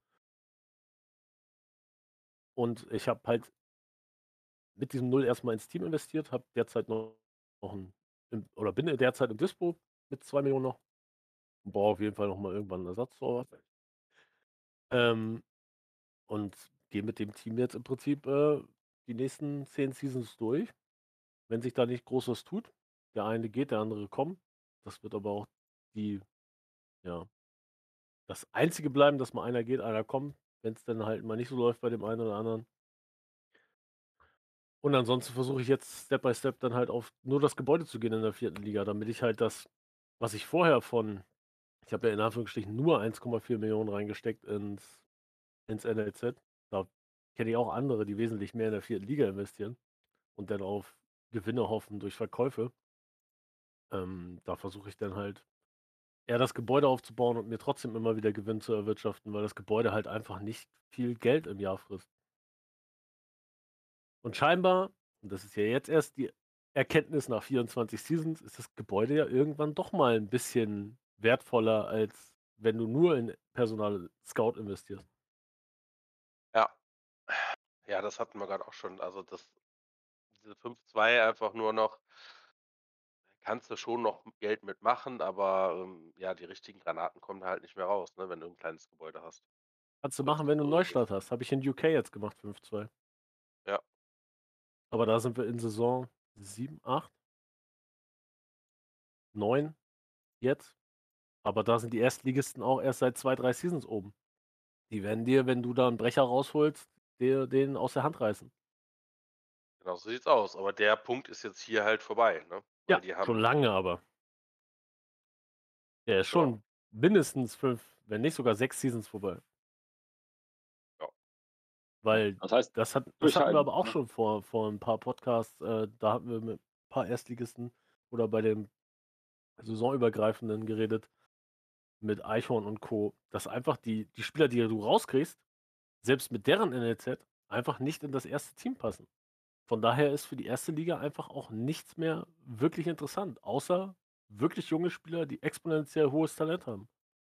Und ich habe halt mit diesem 0 erst mal ins Team investiert, habe derzeit noch 'n oder bin derzeit im Dispo mit 2.000.000 noch und brauche auf jeden Fall noch mal irgendwann 'n Ersatztorwart. Ähm, und gehe mit dem Team jetzt im Prinzip, die nächsten 10 Seasons durch, wenn sich da nicht groß was tut. Der eine geht, der andere kommt. Das wird aber auch die ja, das Einzige bleiben, dass mal einer geht, einer kommt, wenn's dann halt mal nicht so läuft bei dem einen oder anderen. Und ansonsten versuche ich jetzt Step by Step dann halt auf nur das Gebäude zu gehen in der 4. Liga, damit ich halt das, was ich vorher von ich habe ja in Anführungsstrichen nur 1,4 Millionen reingesteckt ins NLZ. Da kenne ich auch andere, die wesentlich mehr in der 4. Liga investieren und dann auf Gewinne hoffen durch Verkäufe. Da versuche ich dann halt eher das Gebäude aufzubauen und mir trotzdem immer wieder Gewinn zu erwirtschaften, weil das Gebäude halt einfach nicht viel Geld im Jahr frisst. Und scheinbar, und das ist ja jetzt erst die Erkenntnis nach 24 Seasons, ist das Gebäude ja irgendwann doch mal 'n bisschen wertvoller, als wenn du nur in Personal Scout investierst. Ja. Ja, das hatten wir grad auch schon. Also, diese 5-2 einfach nur noch kannst du schon noch Geld mitmachen, aber, ja, die richtigen Granaten kommen da halt nicht mehr raus, ne, wenn du 'n kleines Gebäude hast. Kannst du Das machen, ist wenn du 'n so das Neustart hast. Habe ich in UK jetzt gemacht, 5-2. Ja. Aber da sind wir in Saison 7, 8 9 jetzt. Aber da sind die Erstligisten auch erst seit 2, 3 Seasons oben. Die werden dir, wenn du da 'n Brecher rausholst, dir den aus der Hand reißen. Genau so sieht's aus. Aber der Punkt ist jetzt hier halt vorbei, ne? Weil Ja, die schon haben lange aber. Der ist Ja. schon mindestens 5, wenn nicht sogar 6 Seasons vorbei. Ja. Ja, Weil das heißt, das hatten wir durchhalten, aber auch ne? schon vor 'n paar Podcasts, da hatten wir mit paar Erstligisten oder bei dem saisonübergreifenden geredet, mit Eichhorn und Co., dass einfach die Spieler, die du rauskriegst, selbst mit deren NLZ einfach nicht in das 1. Team passen. Von daher ist für die 1. Liga einfach auch nichts mehr wirklich interessant, außer wirklich junge Spieler, die exponentiell hohes Talent haben.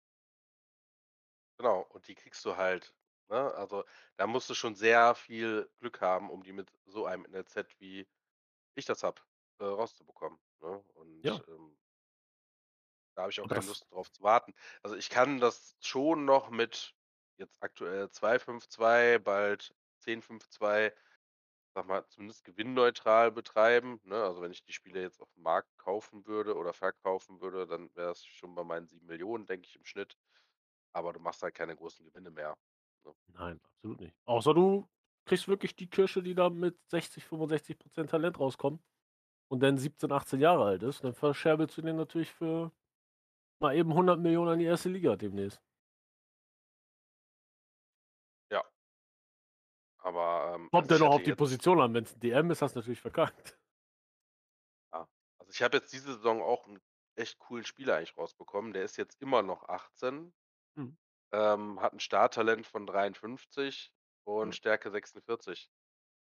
Genau, und die kriegst du halt, ne? Also, da musst du schon sehr viel Glück haben, um die mit so einem NLZ, wie ich das habe, rauszubekommen, ne? Ja. Und, da habe ich auch Und keine das Lust drauf zu warten. Also, ich kann das schon noch mit jetzt aktuell 2-5-2, bald 10-5-2, sage mal, zumindest gewinnneutral betreiben, ne? Also, wenn ich die Spiele jetzt aufm Markt kaufen würde oder verkaufen würde, dann wäre es schon bei meinen 7.000.000, denke ich, im Schnitt. Aber du machst halt keine großen Gewinne mehr, ne? Nein, absolut nicht. Außer du kriegst wirklich die Kirsche, die da mit 60, 65% Talent rauskommt und dann 17, 18 Jahre alt ist, dann verscherbelst du den natürlich für mal eben 100.000.000 an die 1. Liga demnächst. Ja. Aber, Kommt also, dann ich noch hatte auf die jetzt Position an. Wenn's 'n DM ist, hast du natürlich verkackt. Ja. Also, ich habe jetzt diese Saison auch 'n echt coolen Spieler eigentlich rausbekommen. Der ist jetzt immer noch 18, Mhm. hat 'n Starttalent von 53 und Ja. Stärke 46.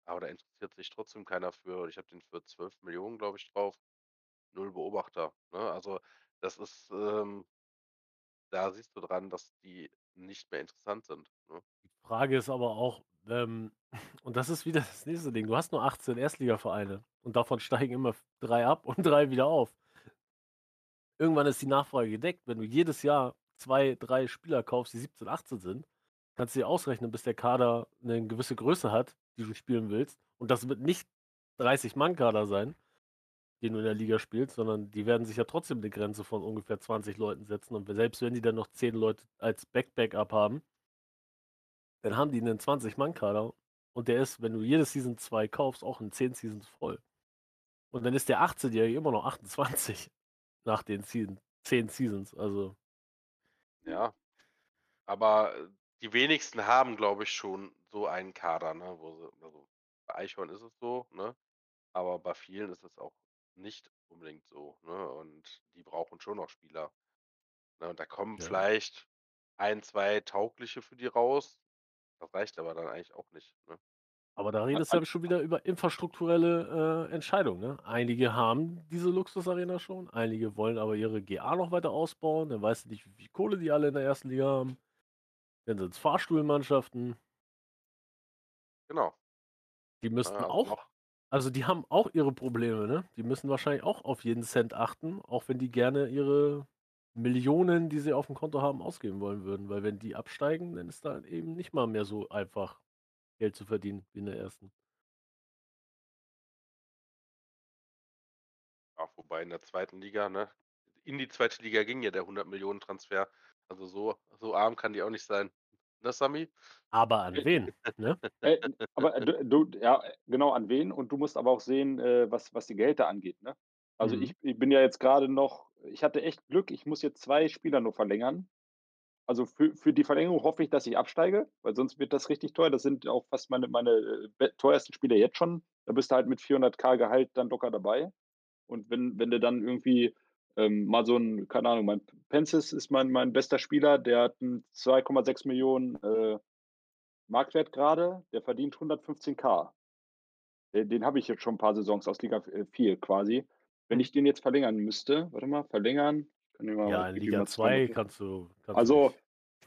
aber da interessiert sich trotzdem keiner für. Ich habe den für 12 Millionen, glaube ich, drauf. 0 Beobachter, ne? Also, das ist, da siehst du dran, dass die nicht mehr interessant sind, ne? Die Frage ist aber auch, und das ist wieder das nächste Ding, du hast nur 18 Erstligavereine und davon steigen immer 3 ab und 3 wieder auf. Irgendwann ist die Nachfrage gedeckt. Wenn du jedes Jahr 2, 3 Spieler kaufst, die 17, 18 sind, kannst du dir ausrechnen, bis der Kader eine gewisse Größe hat, die du spielen willst. Und das wird nicht 30-Mann-Kader sein, den du in der Liga spielst, sondern die werden sich ja trotzdem eine Grenze von ungefähr 20 Leuten setzen. Und selbst wenn die dann noch 10 Leute als Backup haben, dann haben die einen 20-Mann-Kader und der ist, wenn du jede Season 2 kaufst, auch in 10 Seasons voll. Und dann ist der 18-Jährige immer noch 28 nach den 10 Seasons. Also, Ja, aber, die wenigsten haben, glaube ich, schon so einen Kader, ne, wo sie also, bei Eichhorn ist es so, ne, aber bei vielen ist es auch nicht unbedingt so, ne, und die brauchen schon noch Spieler, ne, und da kommen ja. vielleicht ein, 2 taugliche für die raus. Das reicht aber dann eigentlich auch nicht, ne? Aber da redest du An, ja schon wieder über infrastrukturelle Entscheidungen, ne? Einige haben diese Luxusarena schon, einige wollen aber ihre GA noch weiter ausbauen. Dann weißt du nicht, wie viel Kohle die alle in der ersten Liga haben. Dann sind es Fahrstuhlmannschaften. Genau, Die ne, müssten also auch, noch also die haben auch ihre Probleme, ne? Die müssen wahrscheinlich auch auf jeden Cent achten, auch wenn die gerne ihre Millionen, die sie auf dem Konto haben, ausgeben wollen würden. Weil wenn die absteigen, dann ist da eben nicht mal mehr so einfach, Geld zu verdienen wie in der ersten. ja, wobei in der zweiten Liga, ne, in die zweite Liga ging ja der 100 Millionen Transfer. Also so arm kann die auch nicht sein, ne, Sami? Aber an wen, ne? aber ja, genau an wen und du musst aber auch sehen, was die Gehälter angeht, ne? Also, Mhm. ich bin ja jetzt gerade noch ich hatte echt Glück, ich muss jetzt 2 Spieler nur verlängern. Also, für die Verlängerung hoffe ich, dass ich absteige, weil sonst wird das richtig teuer. Das sind auch fast meine teuersten Spieler jetzt schon. Da bist du halt mit 400.000 Gehalt dann locker dabei. Und wenn du dann irgendwie, mal so 'n keine Ahnung, mein Pences ist mein bester Spieler, der hat 'n 2,6 Millionen, Marktwert gerade, der verdient 115.000. Den habe ich jetzt schon 'n paar Saisons aus Liga 4 quasi. Wenn Hm. ich den jetzt verlängern müsste warte mal, verlängern, kann ich mal Ja, ich in gebe dir Liga mal 2 250. kannst du Also, nicht.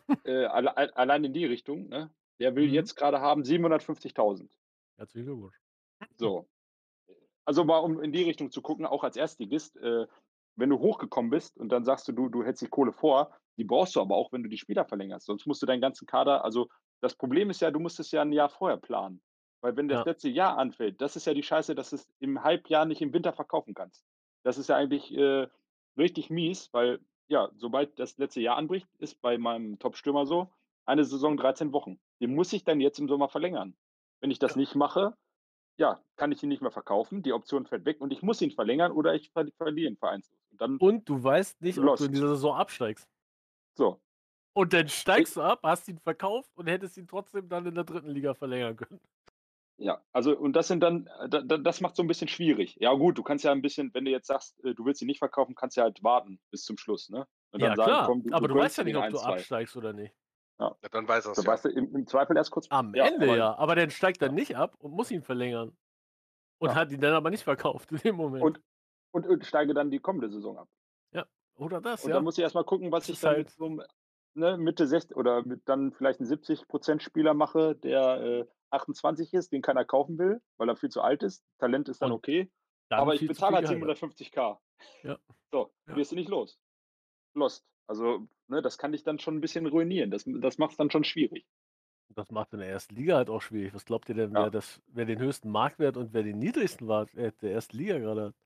allein in die Richtung, ne? Der will Mhm. jetzt grade haben 750.000. Herzlichen Glückwunsch. So. Also, mal um in die Richtung zu gucken, auch als Erstligist, wenn du hochgekommen bist und dann sagst du hättest die Kohle vor, die brauchst du aber auch, wenn du die Spieler verlängerst. Sonst musst du deinen ganzen Kader also, das Problem ist ja, du musst es ja 'n Jahr vorher planen. Weil wenn das Ja. letzte Jahr anfällt, das ist ja die Scheiße, dass du's im Halbjahr nicht im Winter verkaufen kannst. Das ist ja eigentlich, richtig mies, weil, ja, sobald das letzte Jahr anbricht, ist bei meinem Top-Stürmer so, eine Saison 13 Wochen. Den muss ich dann jetzt im Sommer verlängern. Wenn ich das Ja. nicht mache, ja, kann ich ihn nicht mehr verkaufen, die Option fällt weg und ich muss ihn verlängern oder ich verliere ihn vereinslos. Und dann Und du weißt nicht, ob du in lost. dieser Saison absteigst. So. Und dann Ri steigst du ab, hast ihn verkauft und hättest ihn trotzdem dann in der 3. Liga verlängern können. Ja, also und das sind dann das macht so 'n bisschen schwierig. Ja gut, du kannst ja 'n bisschen wenn du jetzt sagst, du willst ihn nicht verkaufen, kannst du ja halt warten bis zum Schluss, ne? Und dann Ja, sagen: klar, „Komm, du aber du weißt gönnst ja dir nicht, den ob 1, du 2." absteigst oder nicht. Ja, Ja, dann weiß er's dann ja. weißt du im Zweifel erst kurz Am ja, Ende aber ja, aber dann steigt er ja, nicht ab und muss ihn verlängern und ja. hat ihn dann aber nicht verkauft in dem Moment. Und und steige dann die kommende Saison ab. Ja, oder das, Und dann ja. muss ich erst mal gucken, was Es ich ist dann mit halt so 'nem, ne, Mitte sech oder mit dann vielleicht 'n 70% Spieler mache, der, 28 ist, den keiner kaufen will, weil er viel zu alt ist. Talent ist dann und okay, dann aber ich viel zu bezahle viel halt Gehalt hat. 750.000. Ja, So, ja. wirst du nicht los. Lost. Also, ne, das kann dich dann schon 'n bisschen ruinieren. Das macht's dann schon schwierig. Und das macht in der 1. Liga halt auch schwierig. Was glaubt ihr denn, Ja. wer den höchsten Marktwert und wer den niedrigsten Wert der 1. Liga gerade hat?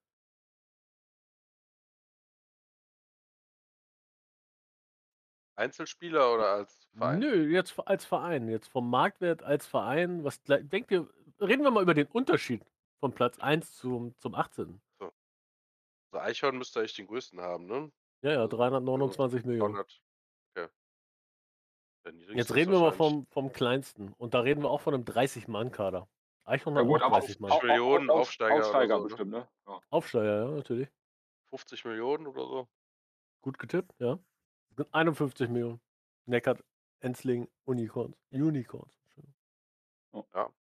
Einzelspieler oder als Verein? Nö, jetzt als Verein, jetzt vom Marktwert als Verein, was glei denkt ihr reden wir mal über den Unterschied von Platz 1 zum 18. So. Also, Eichhorn müsste eigentlich den größten haben, ne? Ja, ja, Also, 329.000.000. 300, okay. Der Jetzt niedrigste ist reden wir mal wahrscheinlich vom Kleinsten und da reden wir auch von 'nem 30-Mann-Kader. Eichhorn Ja hat gut, auch aber 30 Mann. 50 Millionen Aufsteiger oder Aufsteiger so, ne? bestimmt, ne? Ja. Aufsteiger, ja, natürlich. 50 Millionen oder so? Gut getippt, ja. Sind 51.000.000. Neckar, Enzling, Unicorns. Entschuldigung. Ja. Ja.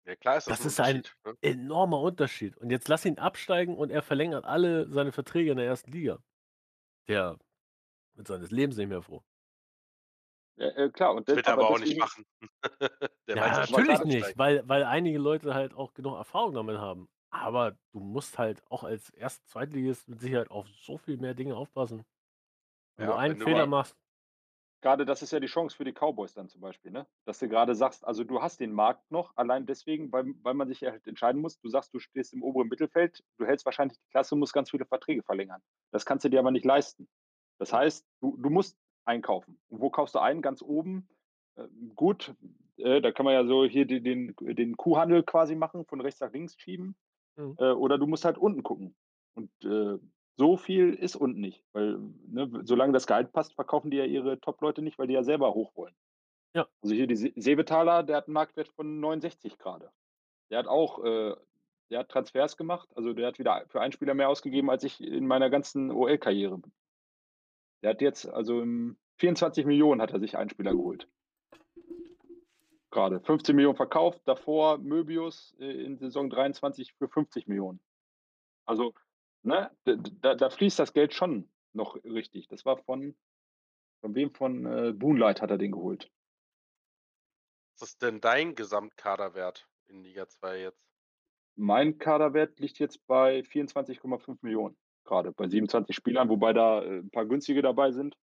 Ja, klar ist das Das ein ist ein Unterschied, ne? enormer Unterschied. Und jetzt lass ihn absteigen und er verlängert alle seine Verträge in der ersten Liga. Der wird seines Lebens nicht mehr froh. Klar, und Das wird er aber aber auch nicht deswegen, machen. Der Ja, weiß, er aber spielt natürlich gerade, nicht, absteigen. weil einige Leute halt auch genug Erfahrung damit haben. Aber du musst halt auch als Zweitligist mit Sicherheit auf so viel mehr Dinge aufpassen. Wenn du Ja, einen wenn du Fehler mal machst, gerade das ist ja die Chance für die Cowboys dann zum Beispiel, ne? Dass du gerade sagst, also du hast den Markt noch, allein deswegen, weil man sich ja halt entscheiden muss. Du sagst, du stehst im oberen Mittelfeld, du hältst wahrscheinlich die Klasse und musst ganz viele Verträge verlängern. Das kannst du dir aber nicht leisten. Das heißt, du musst einkaufen. Und wo kaufst du ein? Ganz oben. Gut, da kann man ja so hier den Kuhhandel quasi machen, von rechts nach links schieben. mhm, Oder du musst halt unten gucken. Und so viel ist unten nicht, weil, ne, solange das Gehalt passt, verkaufen die ja ihre Top-Leute nicht, weil die ja selber hoch wollen. ja, Also hier die Seebetaler, der hat einen Marktwert von 69 gerade. Der hat auch der hat Transfers gemacht, also der hat wieder für einen Spieler mehr ausgegeben als ich in meiner ganzen OL-Karriere. Der hat jetzt, also 24 Millionen hat er sich einen Spieler geholt. Gerade 15 Millionen verkauft, davor Möbius in Saison 23 für 50 Millionen. Also, ne, da fließt das Geld schon noch richtig. Das war von wem? Von Boonlight hat er den geholt. was ist denn dein Gesamtkaderwert in Liga 2 jetzt? Mein Kaderwert liegt jetzt bei 24,5 Millionen gerade bei 27 Spielern, wobei da 'n paar günstige dabei sind.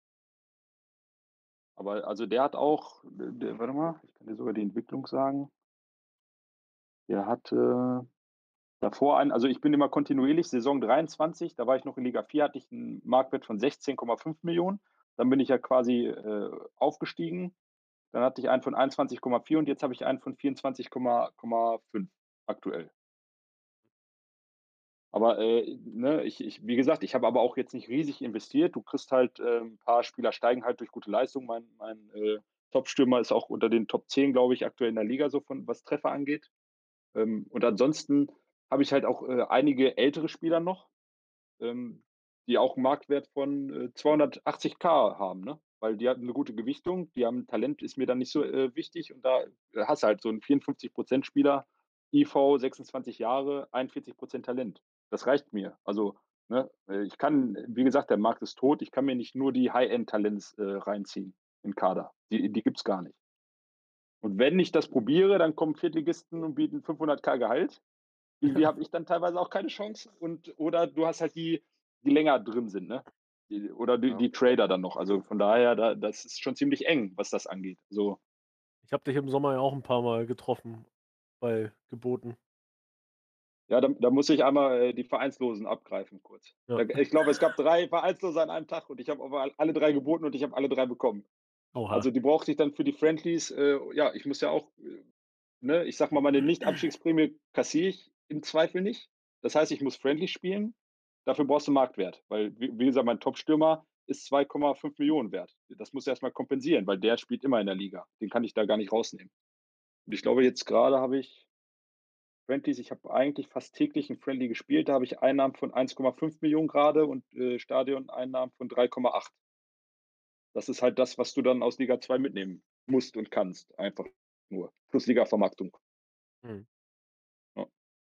Aber also der hat auch warte mal, ich kann dir sogar die Entwicklung sagen. Der hatte davor einen, also ich bin immer kontinuierlich Saison 23, da war ich noch in Liga 4, hatte ich einen Marktwert von 16,5 Millionen. Dann bin ich ja quasi aufgestiegen. Dann hatte ich einen von 21,4 und jetzt habe ich einen von 24,5 aktuell. Aber ne, wie gesagt, ich habe aber auch jetzt nicht riesig investiert. Du kriegst halt 'n paar Spieler steigen halt durch gute Leistung. Mein Top-Stürmer ist auch unter den Top 10, glaube ich, aktuell in der Liga so von was Treffer angeht. Und ansonsten habe ich halt auch einige ältere Spieler noch, ähm, die auch 'n Marktwert von 280.000 haben, ne? Weil die hatten 'ne gute Gewichtung, die haben Talent, ist mir dann nicht so wichtig, und da hast du halt so 'n 54 Spieler, IV 26 Jahre, 41 Talent. Das reicht mir. Also, ne, ich kann, wie gesagt, der Markt ist tot. Ich kann mir nicht nur die High-End-Talents reinziehen in Kader. Die gibt's gar nicht. Und wenn ich das probiere, dann kommen Viertligisten und bieten 500.000 Gehalt. Irgendwie habe ich dann teilweise auch keine Chance, und oder du hast halt die länger drin sind, ne? Oder die Ja. die Trader dann noch. Also, von daher, das ist schon ziemlich eng, was das angeht. So, ich habe dich im Sommer ja auch ein paar Mal getroffen bei Geboten. ja, da muss ich einmal die Vereinslosen abgreifen kurz. Ja. Ich glaube, es gab 3 Vereinslose an einem Tag und ich habe aber alle 3 geboten und ich habe alle 3 bekommen. Oha. Also, die brauchte ich dann für die Friendlies ja, ich muss ja auch ne, ich sage mal, meine Nicht-Abstiegsprämie kassiere ich im Zweifel nicht. Das heißt, ich muss Friendly spielen. Dafür brauchst du Marktwert, weil, wie gesagt, mein Top-Stürmer ist 2,5 Millionen wert. Das muss du erst mal kompensieren, weil der spielt immer in der Liga. Den kann ich da gar nicht rausnehmen. Und ich glaube, jetzt gerade habe ich Friendlies, ich habe eigentlich fast täglich 'n Friendly gespielt. Da habe ich Einnahmen von 1,5 Millionen gerade und Stadioneinnahmen von 3,8. Das ist halt das, was du dann aus Liga 2 mitnehmen musst und kannst, einfach nur. Plus Ligavermarktung. Mhm. Ja.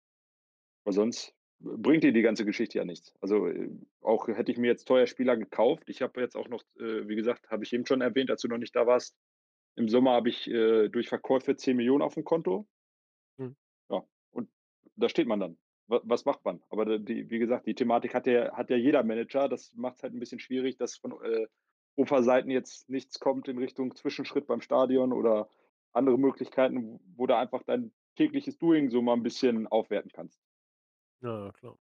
Weil sonst bringt dir die ganze Geschichte ja nichts. Also, auch hätte ich mir jetzt teuer Spieler gekauft. Ich habe jetzt auch noch, wie gesagt, habe ich eben schon erwähnt, als du noch nicht da warst. Im Sommer habe ich durch Verkäufe 10 Millionen auf dem Konto. Mhm. Ja, und da steht man dann. Was macht man? Aber wie gesagt, die Thematik hat ja jeder Manager. Das macht es halt ein bisschen schwierig, dass von Uferseiten jetzt nichts kommt in Richtung Zwischenschritt beim Stadion oder andere Möglichkeiten, wo du einfach dein tägliches Doing so mal ein bisschen aufwerten kannst. Ja, ja, klar.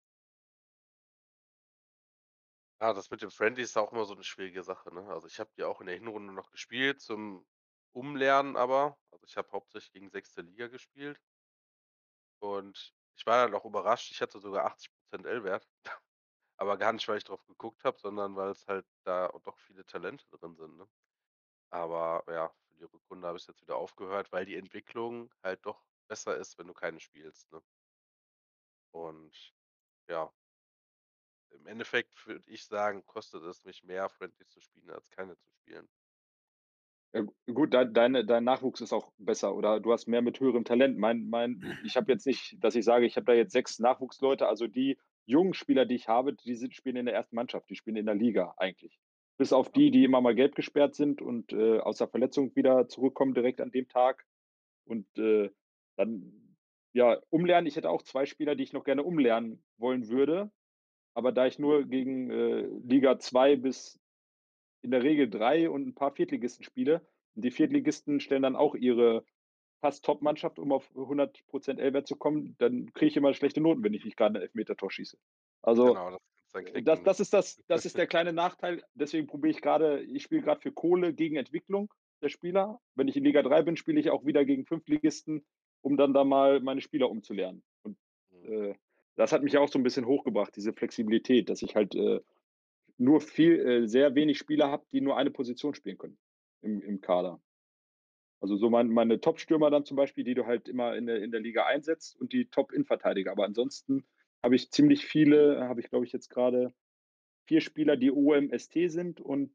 Ja, das mit dem Friendly ist auch immer so 'ne schwierige Sache, ne? Also, ich habe die auch in der Hinrunde noch gespielt zum Umlernen aber. Also, ich habe hauptsächlich gegen 6. Liga gespielt und ich war dann auch überrascht. Ich hatte sogar 80 L-Wert, aber gar nicht, weil ich drauf geguckt habe, sondern weil's halt da doch viele Talente drin sind, ne? Aber ja, für die Rückrunde habe ich's jetzt wieder aufgehört, weil die Entwicklung halt doch besser ist, wenn du keine spielst, ne? Und ja, im Endeffekt würde ich sagen, kostet es mich mehr, Friendlies zu spielen, als keine zu spielen. Gut, dein Nachwuchs ist auch besser oder du hast mehr mit höherem Talent. Ich habe jetzt nicht, dass ich sage, ich habe da jetzt 6 Nachwuchsleute. Also die jungen Spieler, die ich habe, spielen in der ersten Mannschaft, die spielen in der Liga eigentlich. Bis auf die immer mal gelb gesperrt sind und aus der Verletzung wieder zurückkommen direkt an dem Tag. Und dann, ja, umlernen. Ich hätte auch 2 Spieler, die ich noch gerne umlernen wollen würde. Aber da ich nur gegen Liga 2 bis in der Regel 3 und ein paar Viertligisten spiele. Und die Viertligisten stellen dann auch ihre fast Top-Mannschaft, um auf 100% L-Wert zu kommen. Dann kriege ich immer schlechte Noten, wenn ich nicht gerade ein Elfmeter-Tor schieße. Also, Genau, das kannst du dann das knicken. das ist der kleine Nachteil. Deswegen probiere ich spiele gerade für Kohle gegen Entwicklung der Spieler. Wenn ich in Liga 3 bin, spiele ich auch wieder gegen Fünftligisten, um dann da mal meine Spieler umzulernen. Und Mhm. das hat mich auch so ein bisschen hochgebracht, diese Flexibilität, dass ich halt nur sehr wenig Spieler habe, die nur eine Position spielen können im Kader. Also so meine Top-Stürmer dann zum Beispiel, die du halt immer in der Liga einsetzt und die Top-Innenverteidiger. Aber ansonsten habe ich ziemlich viele, habe ich glaube ich jetzt gerade 4 Spieler, die OM-ST sind und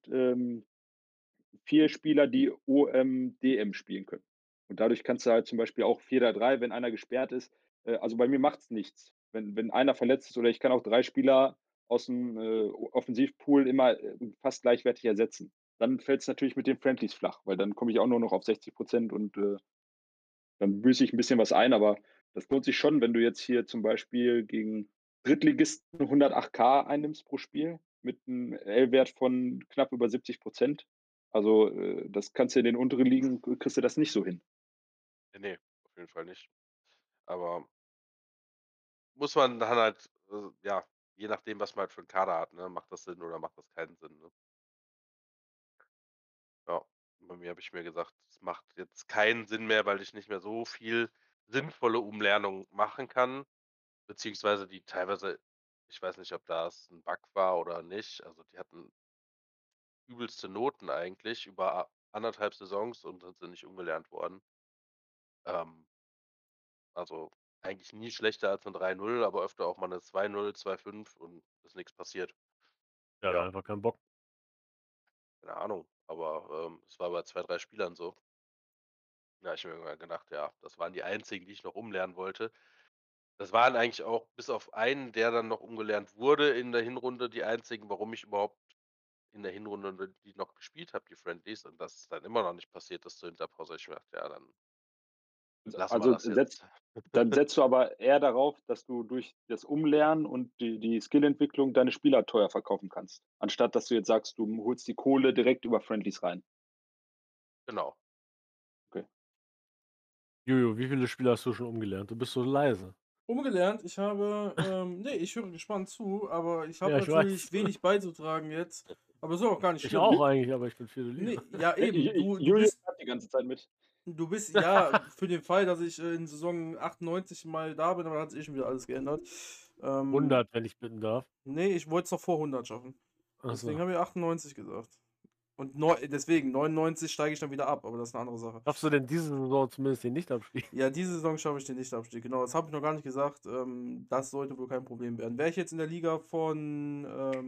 4 Spieler, die OM-DM spielen können. Und dadurch kannst du halt zum Beispiel auch 4-3, wenn einer gesperrt ist. Also bei mir macht es nichts. Wenn einer verletzt ist oder ich kann auch 3 Spieler aus dem Offensivpool immer fast gleichwertig ersetzen. Dann fällt es natürlich mit den Friendlies flach, weil dann komme ich auch nur noch auf 60% und dann büße ich ein bisschen was ein. Aber das lohnt sich schon, wenn du jetzt hier zum Beispiel gegen Drittligisten 108k einnimmst pro Spiel mit einem L-Wert von knapp über 70%. Also das kannst du in den unteren Ligen, kriegst du das nicht so hin. Ne, auf jeden Fall nicht. Aber muss man dann halt, ja, je nachdem, was man halt für 'n Kader hat, ne, macht das Sinn oder macht das keinen Sinn, ne? Ja, bei mir habe ich mir gesagt, es macht jetzt keinen Sinn mehr, weil ich nicht mehr so viel sinnvolle Umlernung machen kann, beziehungsweise die teilweise, ich weiß nicht, ob das 'n Bug war oder nicht. Also, die hatten übelste Noten eigentlich über 1,5 Saisons und dann sind nicht umgelernt worden. Ähm, also, eigentlich nie schlechter als 'ne 3-0, aber öfter auch mal 'ne 2-0, 2-5 und ist nix passiert. Der hat Ja, einfach keinen Bock. keine Ahnung, aber, es war bei 2, 3 Spielern so. Da habe ich mir irgendwann gedacht, ja, das waren die einzigen, die ich noch umlernen wollte. Das waren eigentlich auch bis auf einen, der dann noch umgelernt wurde in der Hinrunde, die einzigen, warum ich überhaupt in der Hinrunde die noch gespielt habe, die Friendlies, und das ist dann immer noch nicht passiert ist zur Hinterpause. Habe ich mir gedacht: „Ja, dann lassen wir Also das jetzt." dann setzt du aber eher darauf, dass du durch das Umlernen und die Skillentwicklung deine Spieler teuer verkaufen kannst, anstatt dass du jetzt sagst, du holst die Kohle direkt über Friendlies rein. Genau. Okay. Jojo, wie viele Spiele hast du schon umgelernt? Du bist so leise. Umgelernt, ich habe, nee, ich höre gespannt zu, aber ich habe Ja, ich weiß. natürlich wenig beizutragen jetzt. Aber ist auch gar nicht Ich schlimm. auch eigentlich, aber ich bin viel lieber. Nee, ja, eben. Du Julius bist, hat die ganze Zeit mit. du bist, ja, für den Fall, dass ich in Saison 98 mal da bin, aber hat sich eh schon wieder alles geändert. 100, wenn ich bitten darf. Nee, ich wollte es noch vor 100 schaffen. Ach Deswegen so. habe ich 98 gesagt. Und deswegen, 99 steige ich dann wieder ab, aber das ist eine andere Sache. Schaffst du denn diese Saison zumindest den Nichtabstieg? Ja, diese Saison schaffe ich den Nichtabstieg. Genau, das habe ich noch gar nicht gesagt. Das sollte wohl kein Problem werden. Wäre ich jetzt in der Liga von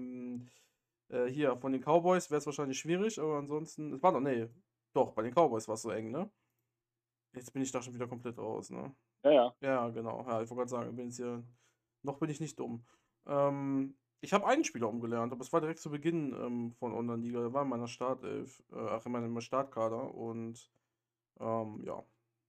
hier, von den Cowboys, wäre es wahrscheinlich schwierig, aber ansonsten. Es war doch, nee. Doch, bei den Cowboys war es so eng, ne? Jetzt bin ich da schon wieder komplett raus, ne? Ja, ja. Ja, genau. Ja, ich wollte gerade sagen, ich bin jetzt hier. Noch bin ich nicht dumm. Ich habe einen Spieler umgelernt, aber es war direkt zu Beginn von Online-Liga. Der war in meiner Startelf, in meinem Startkader und ja.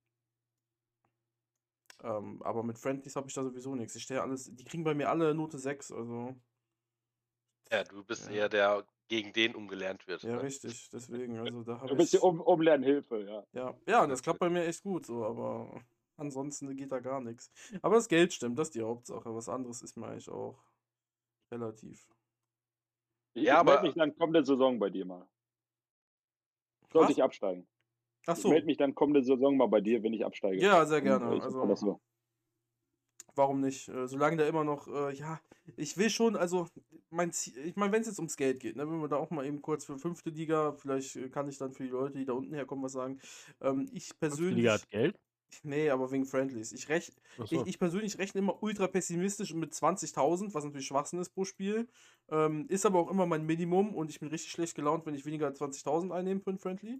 Aber mit Friendlies habe ich da sowieso nichts. Ich stelle alles, die kriegen bei mir alle Note 6, also. Ja, du bist Ja, eher der, gegen den umgelernt wird, ja, ne? richtig. Deswegen, also da Du habe bist die ich. Umlernhilfe, ja. Ja, ja, und das klappt bei mir echt gut so, aber ansonsten geht da gar nichts. Aber das Geld stimmt, das ist die Hauptsache. Was anderes ist mir eigentlich auch relativ. Ja, Ich melde mich aber dann kommende Saison bei dir mal. Sollte Was? ich absteigen. Ach Ich melde so. mich dann kommende Saison mal bei dir, wenn ich absteige. Ja, sehr Und gerne. ich sag mal das Also, so. warum nicht? Solange da immer noch, ja, ich will schon, also, ich meine, wenn es jetzt ums Geld geht, ne, wenn wir da auch mal eben kurz für 5. Liga, vielleicht kann ich dann für die Leute, die da unten herkommen, was sagen. Ich 5. Liga persönlich, hat Geld? nee, aber wegen Friendlies. Ach so. Ich persönlich rechne immer ultra pessimistisch mit 20.000, was natürlich Schwachsinn ist pro Spiel. Ist aber auch immer mein Minimum und ich bin richtig schlecht gelaunt, wenn ich weniger als 20.000 einnehme für ein Friendly.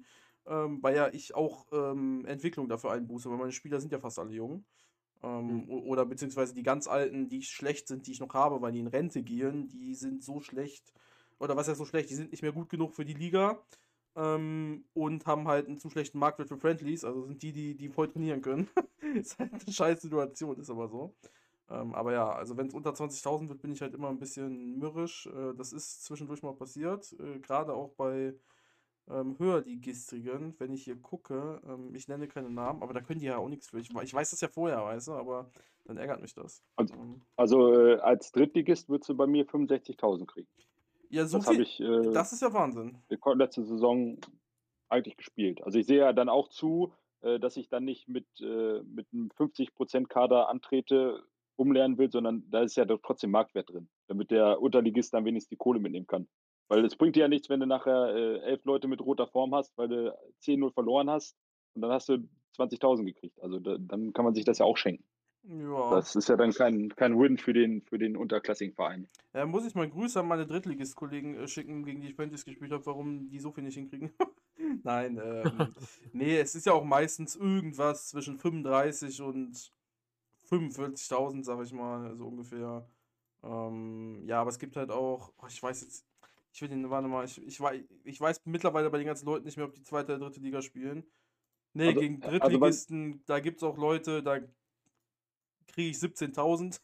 weil ja ich auch Entwicklung dafür einbuße, weil meine Spieler sind ja fast alle jung. Oder beziehungsweise die ganz alten, die schlecht sind, die ich noch habe, weil die in Rente gehen, die sind so schlecht. Oder was heißt so schlecht? Die sind nicht mehr gut genug für die Liga. Und haben halt einen zu schlechten Marktwert für Friendlies. Also sind die voll trainieren können. Ist halt eine scheiß Situation, ist aber so. Aber ja, also wenn es unter 20.000 wird, bin ich halt immer ein bisschen mürrisch. Das ist zwischendurch mal passiert. Gerade auch bei Höherligistigen, wenn ich hier gucke, ich nenne keine Namen, aber da können die ja auch nichts für. Ich weiß das ja vorher, weißt du, aber dann ärgert mich das. Also, Ähm, als Drittligist würdest du bei mir 65.000 kriegen. ja, so Das habe viel, ich das ist ja Wahnsinn. letzte Saison eigentlich gespielt. Also ich sehe ja dann auch zu, dass ich dann nicht mit einem 50% Kader antrete, umlernen will, sondern da ist ja doch trotzdem Marktwert drin, damit der Unterligist dann wenigstens die Kohle mitnehmen kann. Weil es bringt dir ja nichts, wenn du nachher 11 Leute mit roter Form hast, weil du 10-0 verloren hast und dann hast du 20.000 gekriegt. Also dann kann man sich das ja auch schenken. Ja. Das ist ja dann kein Win für den unterklassigen Verein. Muss ich mal Grüße an meine Drittligist-Kollegen schicken, gegen die ich Fantasy gespielt habe, warum die so viel nicht hinkriegen. Nein, nee, es ist ja auch meistens irgendwas zwischen 35 und 45.000, sag ich mal, so ungefähr. Ja, aber es gibt halt auch, ich weiß jetzt, ich will den, warte mal, ich weiß mittlerweile bei den ganzen Leuten nicht mehr, ob die zweite oder dritte Liga spielen. Nee, Also, gegen also bei, Drittligisten, da gibt es auch Leute, da kriege ich 17.000.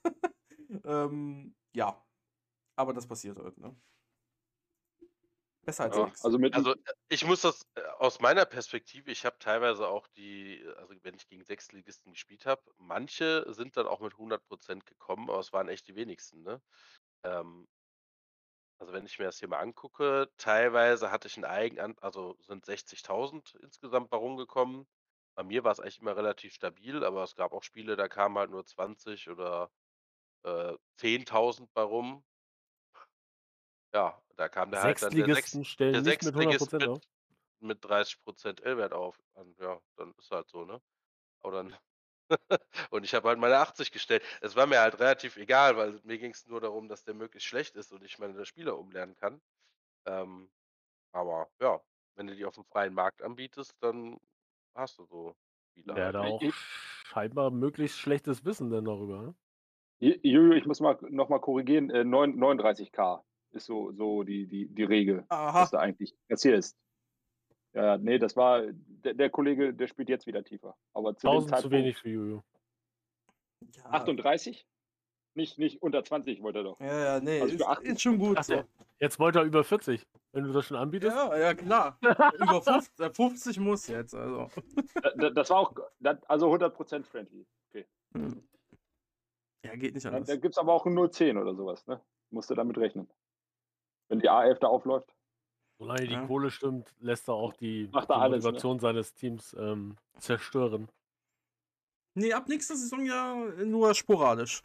Ja, aber das passiert halt, ne? Besser als Ja, nix. also mit also, ich muss das aus meiner Perspektive, ich habe teilweise auch also, wenn ich gegen Sechstligisten gespielt habe, manche sind dann auch mit 100% gekommen, aber es waren echt die wenigsten, ne? Ähm, also, wenn ich mir das hier mal angucke, teilweise hatte ich 'n also, sind 60.000 insgesamt bei rumgekommen. Bei mir war es eigentlich immer relativ stabil, aber es gab auch Spiele, da kamen halt nur 20 oder 10.000 bei rum. Ja, da kam der halt dann Sechstligisten stellen der nicht mit Sechstligist 100% auf. mit 30% L-Wert auf. Und ja, dann ist halt so, ne? Aber dann und ich habe halt meine 80 gestellt. Es war mir halt relativ egal, weil mir ging's nur darum, dass der möglichst schlecht ist und ich meine Spieler umlernen kann. Ähm, aber ja, wenn du die aufm freien Markt anbietest, dann hast du so Spieler Ja, halt, da ne? auch scheinbar möglichst schlechtes Wissen denn darüber, ne? Jojo, ich muss noch mal korrigieren, 39K ist so die Regel, was Aha. da eigentlich kassierst. Ja, ne, das war der Kollege, der spielt jetzt wieder tiefer. Aber zu dem 1.000 zu wenig Zeitpunkt für Jojo. Ja, 38? Nicht unter 20 wollte er doch. ja, nee, Also für ist schon gut Ach, so. jetzt wollte er über 40, wenn du das schon anbietest? Ja, klar. Über 50 muss jetzt, also. das war auch also 100% friendly. Okay. Hm. Ja, geht nicht Da anders. gibt's aber auch 'n 0,10 oder so was, ne? Musst du damit rechnen. Wenn die A11 da aufläuft, Solange die Ja. Kohle stimmt, lässt er auch die macht er alles, ne? Motivation seines Teams, zerstören. Nee, ab nächster Saison ja nur sporadisch.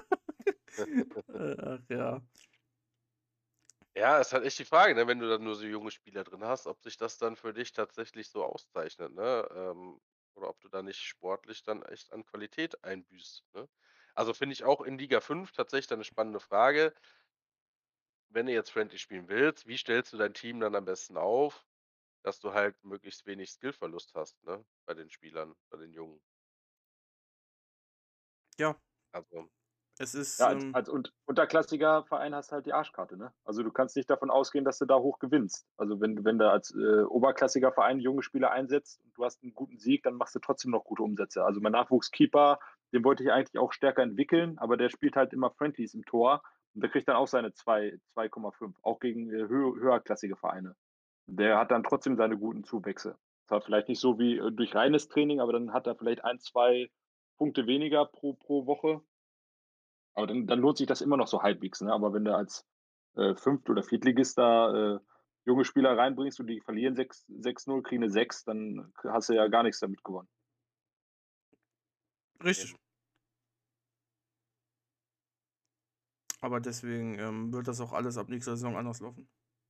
Ach ja. Ja, ist halt echt die Frage, ne, wenn du dann nur so junge Spieler drin hast, ob sich das dann für dich tatsächlich so auszeichnet, ne? Oder ob du da nicht sportlich dann echt an Qualität einbüßt, ne? Also, finde ich auch in Liga 5 tatsächlich dann 'ne spannende Frage. Wenn du jetzt Friendly spielen willst, wie stellst du dein Team dann am besten auf, dass du halt möglichst wenig Skillverlust hast, ne, bei den Spielern, bei den Jungen? Ja, Also, es ist, Ja, als unterklassiger Verein hast du halt die Arschkarte, ne? Also, du kannst nicht davon ausgehen, dass du da hoch gewinnst. Also, wenn du als, oberklassiger Verein junge Spieler einsetzt und du hast einen guten Sieg, dann machst du trotzdem noch gute Umsätze. Also, mein Nachwuchskeeper, den wollte ich eigentlich auch stärker entwickeln, aber der spielt halt immer Friendlies im Tor und der kriegt dann auch seine 2,5, auch gegen, höherklassige Vereine. Der hat dann trotzdem seine guten Zuwächse. Zwar vielleicht nicht so wie, durch reines Training, aber dann hat er vielleicht 1, 2 Punkte weniger pro Woche. Aber dann lohnt sich das immer noch so halbwegs, ne? Aber wenn du als, Fünft oder Viertligist da, junge Spieler reinbringst und die verlieren 6-0, kriegen 'ne 6, dann hast du ja gar nichts damit gewonnen. richtig. eben. Aber deswegen wird das auch alles ab nächster Saison anders laufen.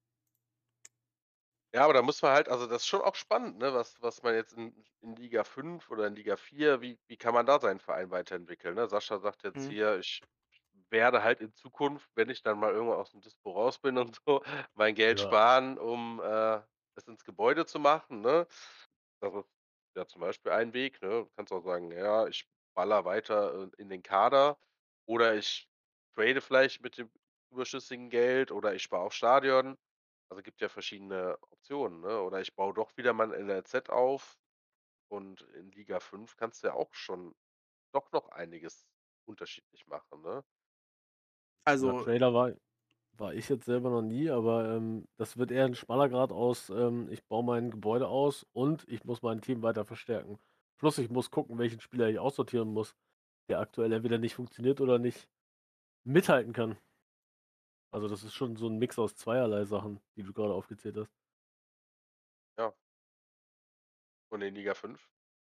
Ja, aber da muss man halt also, das ist schon auch spannend, ne, was man jetzt in Liga 5 oder in Liga 4 wie kann man da seinen Verein weiterentwickeln, ne? Sascha sagt jetzt Mhm. hier: „Ich werde halt in Zukunft, wenn ich dann mal irgendwann aus dem Dispo raus bin und so, mein Geld Ja. sparen, um, es ins Gebäude zu machen, ne? Das ist ja zum Beispiel ein Weg, ne? Du kannst auch sagen: „Ja, ich baller weiter, in den Kader oder ich trade vielleicht mit dem überschüssigen Geld oder ich spare aufs Stadion.“ Also, gibt ja verschiedene Optionen, ne? Oder ich baue doch wieder mein NLZ auf und in Liga 5 kannst du ja auch schon doch noch einiges unterschiedlich machen, ne? Wie gesagt, Also, Trader war ich jetzt selber noch nie, aber, das wird eher 'n schmaler Grad aus, ich baue mein Gebäude aus und ich muss mein Team weiter verstärken. Plus ich muss gucken, welchen Spieler ich aussortieren muss, der aktuell entweder nicht funktioniert oder nicht mithalten kann. Also, das ist schon so 'n Mix aus zweierlei Sachen, die du grade aufgezählt hast. Ja, und in Liga 5?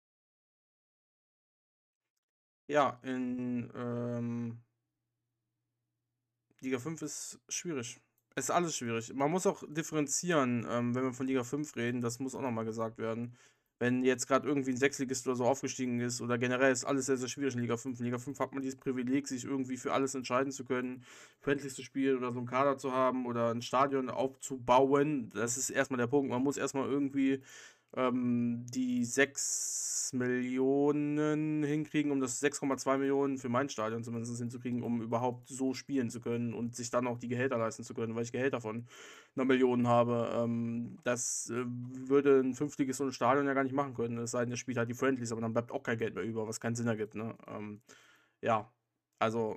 ja, in Liga 5 ist schwierig. Es ist alles schwierig. Man muss auch differenzieren, wenn wir von Liga 5 reden, das muss auch noch mal gesagt werden. Wenn jetzt gerade irgendwie ein Sechsligist oder so aufgestiegen ist oder generell ist alles sehr, sehr schwierig in Liga 5. In Liga 5 hat man dieses Privileg, sich irgendwie für alles entscheiden zu können, Friendlies zu spielen oder so einen Kader zu haben oder ein Stadion aufzubauen. Das ist erstmal der Punkt. Man muss erstmal irgendwie die 6 Millionen hinkriegen, um das 6,2 Millionen für mein Stadion zumindest hinzukriegen, um überhaupt so spielen zu können und sich dann auch die Gehälter leisten zu können, weil ich Gehälter von 1 Million habe. Das würde ein fünftiges so ein Stadion ja gar nicht machen können, es sei denn, es spielt halt die Friendlies, aber dann bleibt auch kein Geld mehr über, was keinen Sinn ergibt. Ne? Ja, also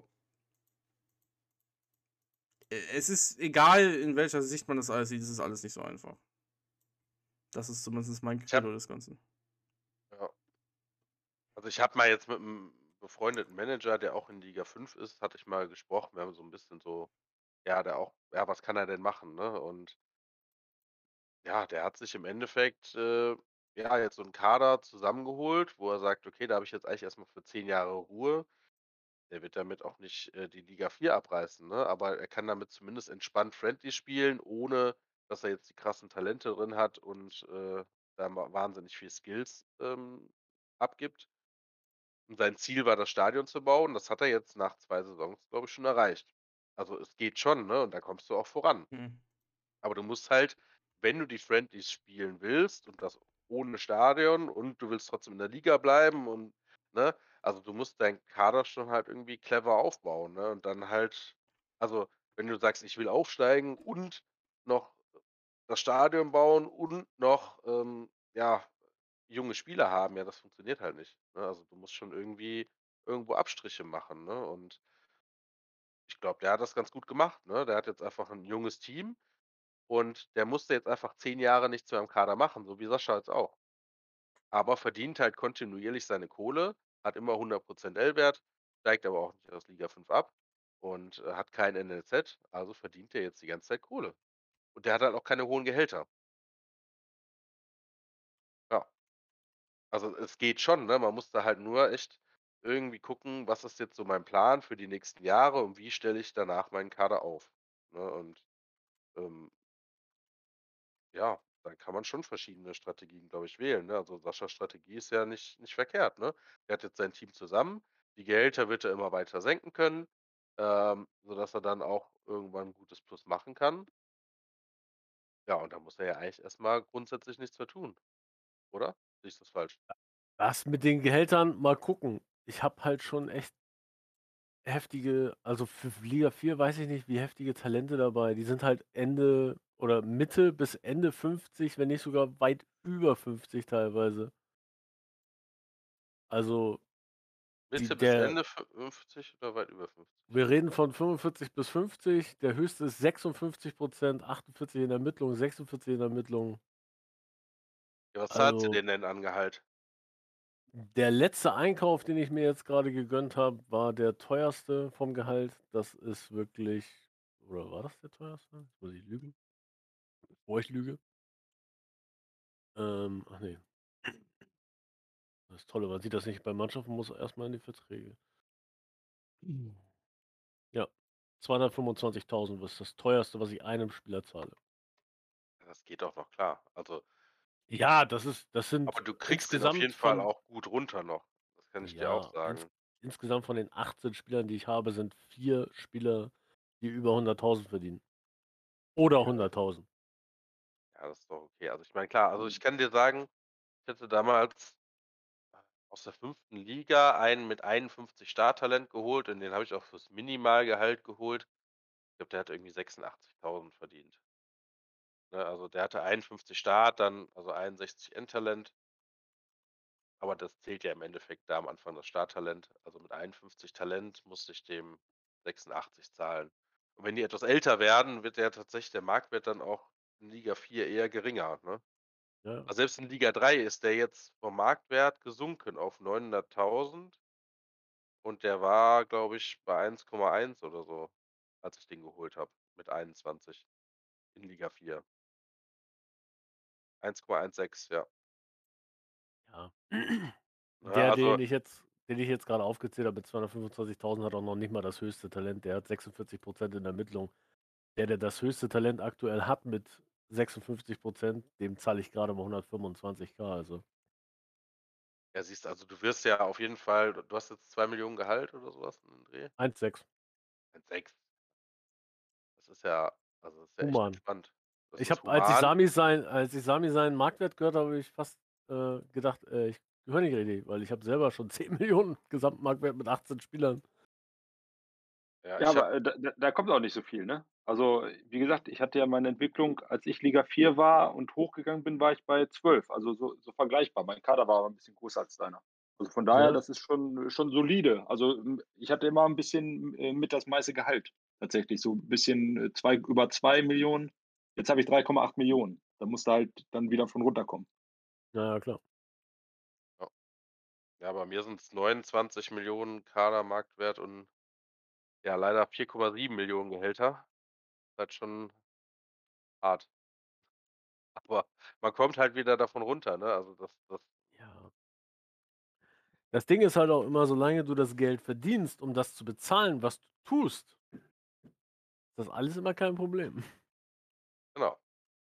es ist egal, in welcher Sicht man das alles sieht, es ist alles nicht so einfach. Das ist zumindest mein Ich habe Credo des Ganzen. ja, also, ich habe mal jetzt mit 'm befreundeten Manager, der auch in Liga 5 ist, hatte ich mal gesprochen. Wir haben so 'n bisschen so ja, der auch ja, was kann er denn machen, ne? Und ja, der hat sich im Endeffekt, ja, jetzt so 'n Kader zusammengeholt, wo er sagt: „Okay, da habe ich jetzt eigentlich erst mal für 10 Jahre Ruhe.“ Der wird damit auch nicht, die Liga 4 abreißen, ne? Aber er kann damit zumindest entspannt Friendly spielen, ohne dass er jetzt die krassen Talente drin hat und, da ma wahnsinnig viel Skills, abgibt. Und sein Ziel war, das Stadion zu bauen. Das hat er jetzt nach 2 Saisons, glaube ich, schon erreicht. Also, es geht schon, ne, und da kommst du auch voran. Hm. Aber du musst halt, wenn du die Friendlies spielen willst und das ohne Stadion und du willst trotzdem in der Liga bleiben und ne, also, du musst deinen Kader schon halt irgendwie clever aufbauen, ne? Und dann halt also, wenn du sagst: „Ich will aufsteigen und noch das Stadion bauen und noch, ja, junge Spieler haben“, ja, das funktioniert halt nicht, ne? Also, du musst schon irgendwie irgendwo Abstriche machen, ne? Und ich glaube, der hat das ganz gut gemacht, ne? Der hat jetzt einfach 'n junges Team und der musste jetzt einfach 10 Jahre nichts mehr im Kader machen, so wie Sascha jetzt auch. Aber verdient halt kontinuierlich seine Kohle, hat immer 100% L-Wert, steigt aber auch nicht aus Liga 5 ab und, hat kein NLZ, also verdient der jetzt die ganze Zeit Kohle. Und der hat halt auch keine hohen Gehälter. Ja, also es geht schon, ne? Man muss da halt nur echt irgendwie gucken, was ist jetzt so mein Plan für die nächsten Jahre und wie stelle ich danach meinen Kader auf, ne? Und, ähm ja, dann kann man schon verschiedene Strategien, glaube ich, wählen, ne? Also, Saschas Strategie ist ja nicht verkehrt, ne? Er hat jetzt sein Team zusammen, die Gehälter wird er immer weiter senken können, sodass er dann auch irgendwann 'n gutes Plus machen kann. Ja, und da muss er ja eigentlich erst mal grundsätzlich nichts mehr tun, oder? Sehe ich das falsch? Das mit den Gehältern, mal gucken. Ich habe halt schon echt heftige, also für Liga 4 weiß ich nicht, wie heftige Talente dabei. Die sind halt Ende oder Mitte bis Ende 50, wenn nicht sogar weit über 50 teilweise. Also, Mitte die bis der Ende 50 oder weit über 50? wir reden von 45 bis 50, der höchste ist 56 48 in der Ermittlung, 46 in der Ermittlung. Ja, was zahlt sie Also, denen denn an Gehalt? der letzte Einkauf, den ich mir jetzt gerade gegönnt habe, war der teuerste vom Gehalt. Das ist wirklich, oder war das der teuerste? Jetzt muss ich lügen, bevor ich lüge. Ach ne, das Tolle, man sieht das nicht bei Mannschaften, muss erst mal in die Verträge. Mhm. Ja, 225.000 ist das teuerste, was ich einem Spieler zahle. Ja, das geht doch noch klar. Also, Ja, das aber sind du kriegst den auf jeden insgesamt Fall von, auch gut runter noch. Das kann ich dir auch ja, sagen. insgesamt von den 18 Spielern, die ich habe, sind 4 Spieler, die über 100.000 verdienen oder Ja, 100.000. Ja, das ist doch okay. Also, ich meine, klar, also, ich Mhm. kann dir sagen, ich hatte damals aus der 5. Liga einen mit 51 Starttalent geholt und den habe ich auch fürs Minimalgehalt geholt. Ich glaube, der hat irgendwie 86.000 verdient, ne? Also, der hatte 51 Start, dann also 61 Endtalent, aber das zählt ja im Endeffekt da am Anfang das Starttalent. Also, mit 51 Talent musste ich dem 86 zahlen. Und wenn die etwas älter werden, wird ja tatsächlich der Marktwert dann auch in Liga 4 eher geringer, ne? Ja, Also, selbst in Liga 3 ist der jetzt vom Marktwert gesunken auf 900.000 und der war, glaube ich, bei 1,1 oder so, als ich den geholt habe mit 21 in Liga 4. 1,16, ja. ja. Ne, Der, also den ich jetzt gerade aufgezählt habe mit 225.000, hat auch noch nicht mal das höchste Talent. Der hat 46% in der Ermittlung. Der das höchste Talent aktuell hat mit 56%, dem zahle ich gerade mal 125.000, also ja, siehst du, also, du wirst ja auf jeden Fall du hast jetzt 2 Millionen Gehalt oder so was in dem Dreh? 1,6. 1,6. Das ist ja das ist ja echt Human. entspannt. Das Ich ist habe, human. als ich Sami seinen Marktwert gehört habe, habe ich fast gedacht, ich gehöre nicht richtig, weil ich habe selber schon 10 Millionen Gesamtmarktwert mit 18 Spielern. Ja, Ja, ich habe aber da kommt auch nicht so viel, ne? Also, wie gesagt, ich hatte ja meine Entwicklung, als ich Liga 4 war und hochgegangen bin, war ich bei 12, also so vergleichbar. Mein Kader war aber 'n bisschen größer als deiner. Also, von daher, Ja, das ist schon solide. Also, ich hatte immer 'n bisschen, mit das meiste Gehalt tatsächlich, so 'n bisschen, über 2 Millionen. Jetzt habe ich 3,8 Millionen. Da musst du halt dann wieder von runterkommen. ja, ja, klar. ja. Ja, bei mir sind's 29 Millionen Kadermarktwert und ja, leider 4,7 Millionen Gehälter. Ist halt schon hart. Aber man kommt halt wieder davon runter, ne? Also, das Ja. Das Ding ist halt auch immer, solange du das Geld verdienst, um das zu bezahlen, was du tust, ist das alles immer kein Problem. genau.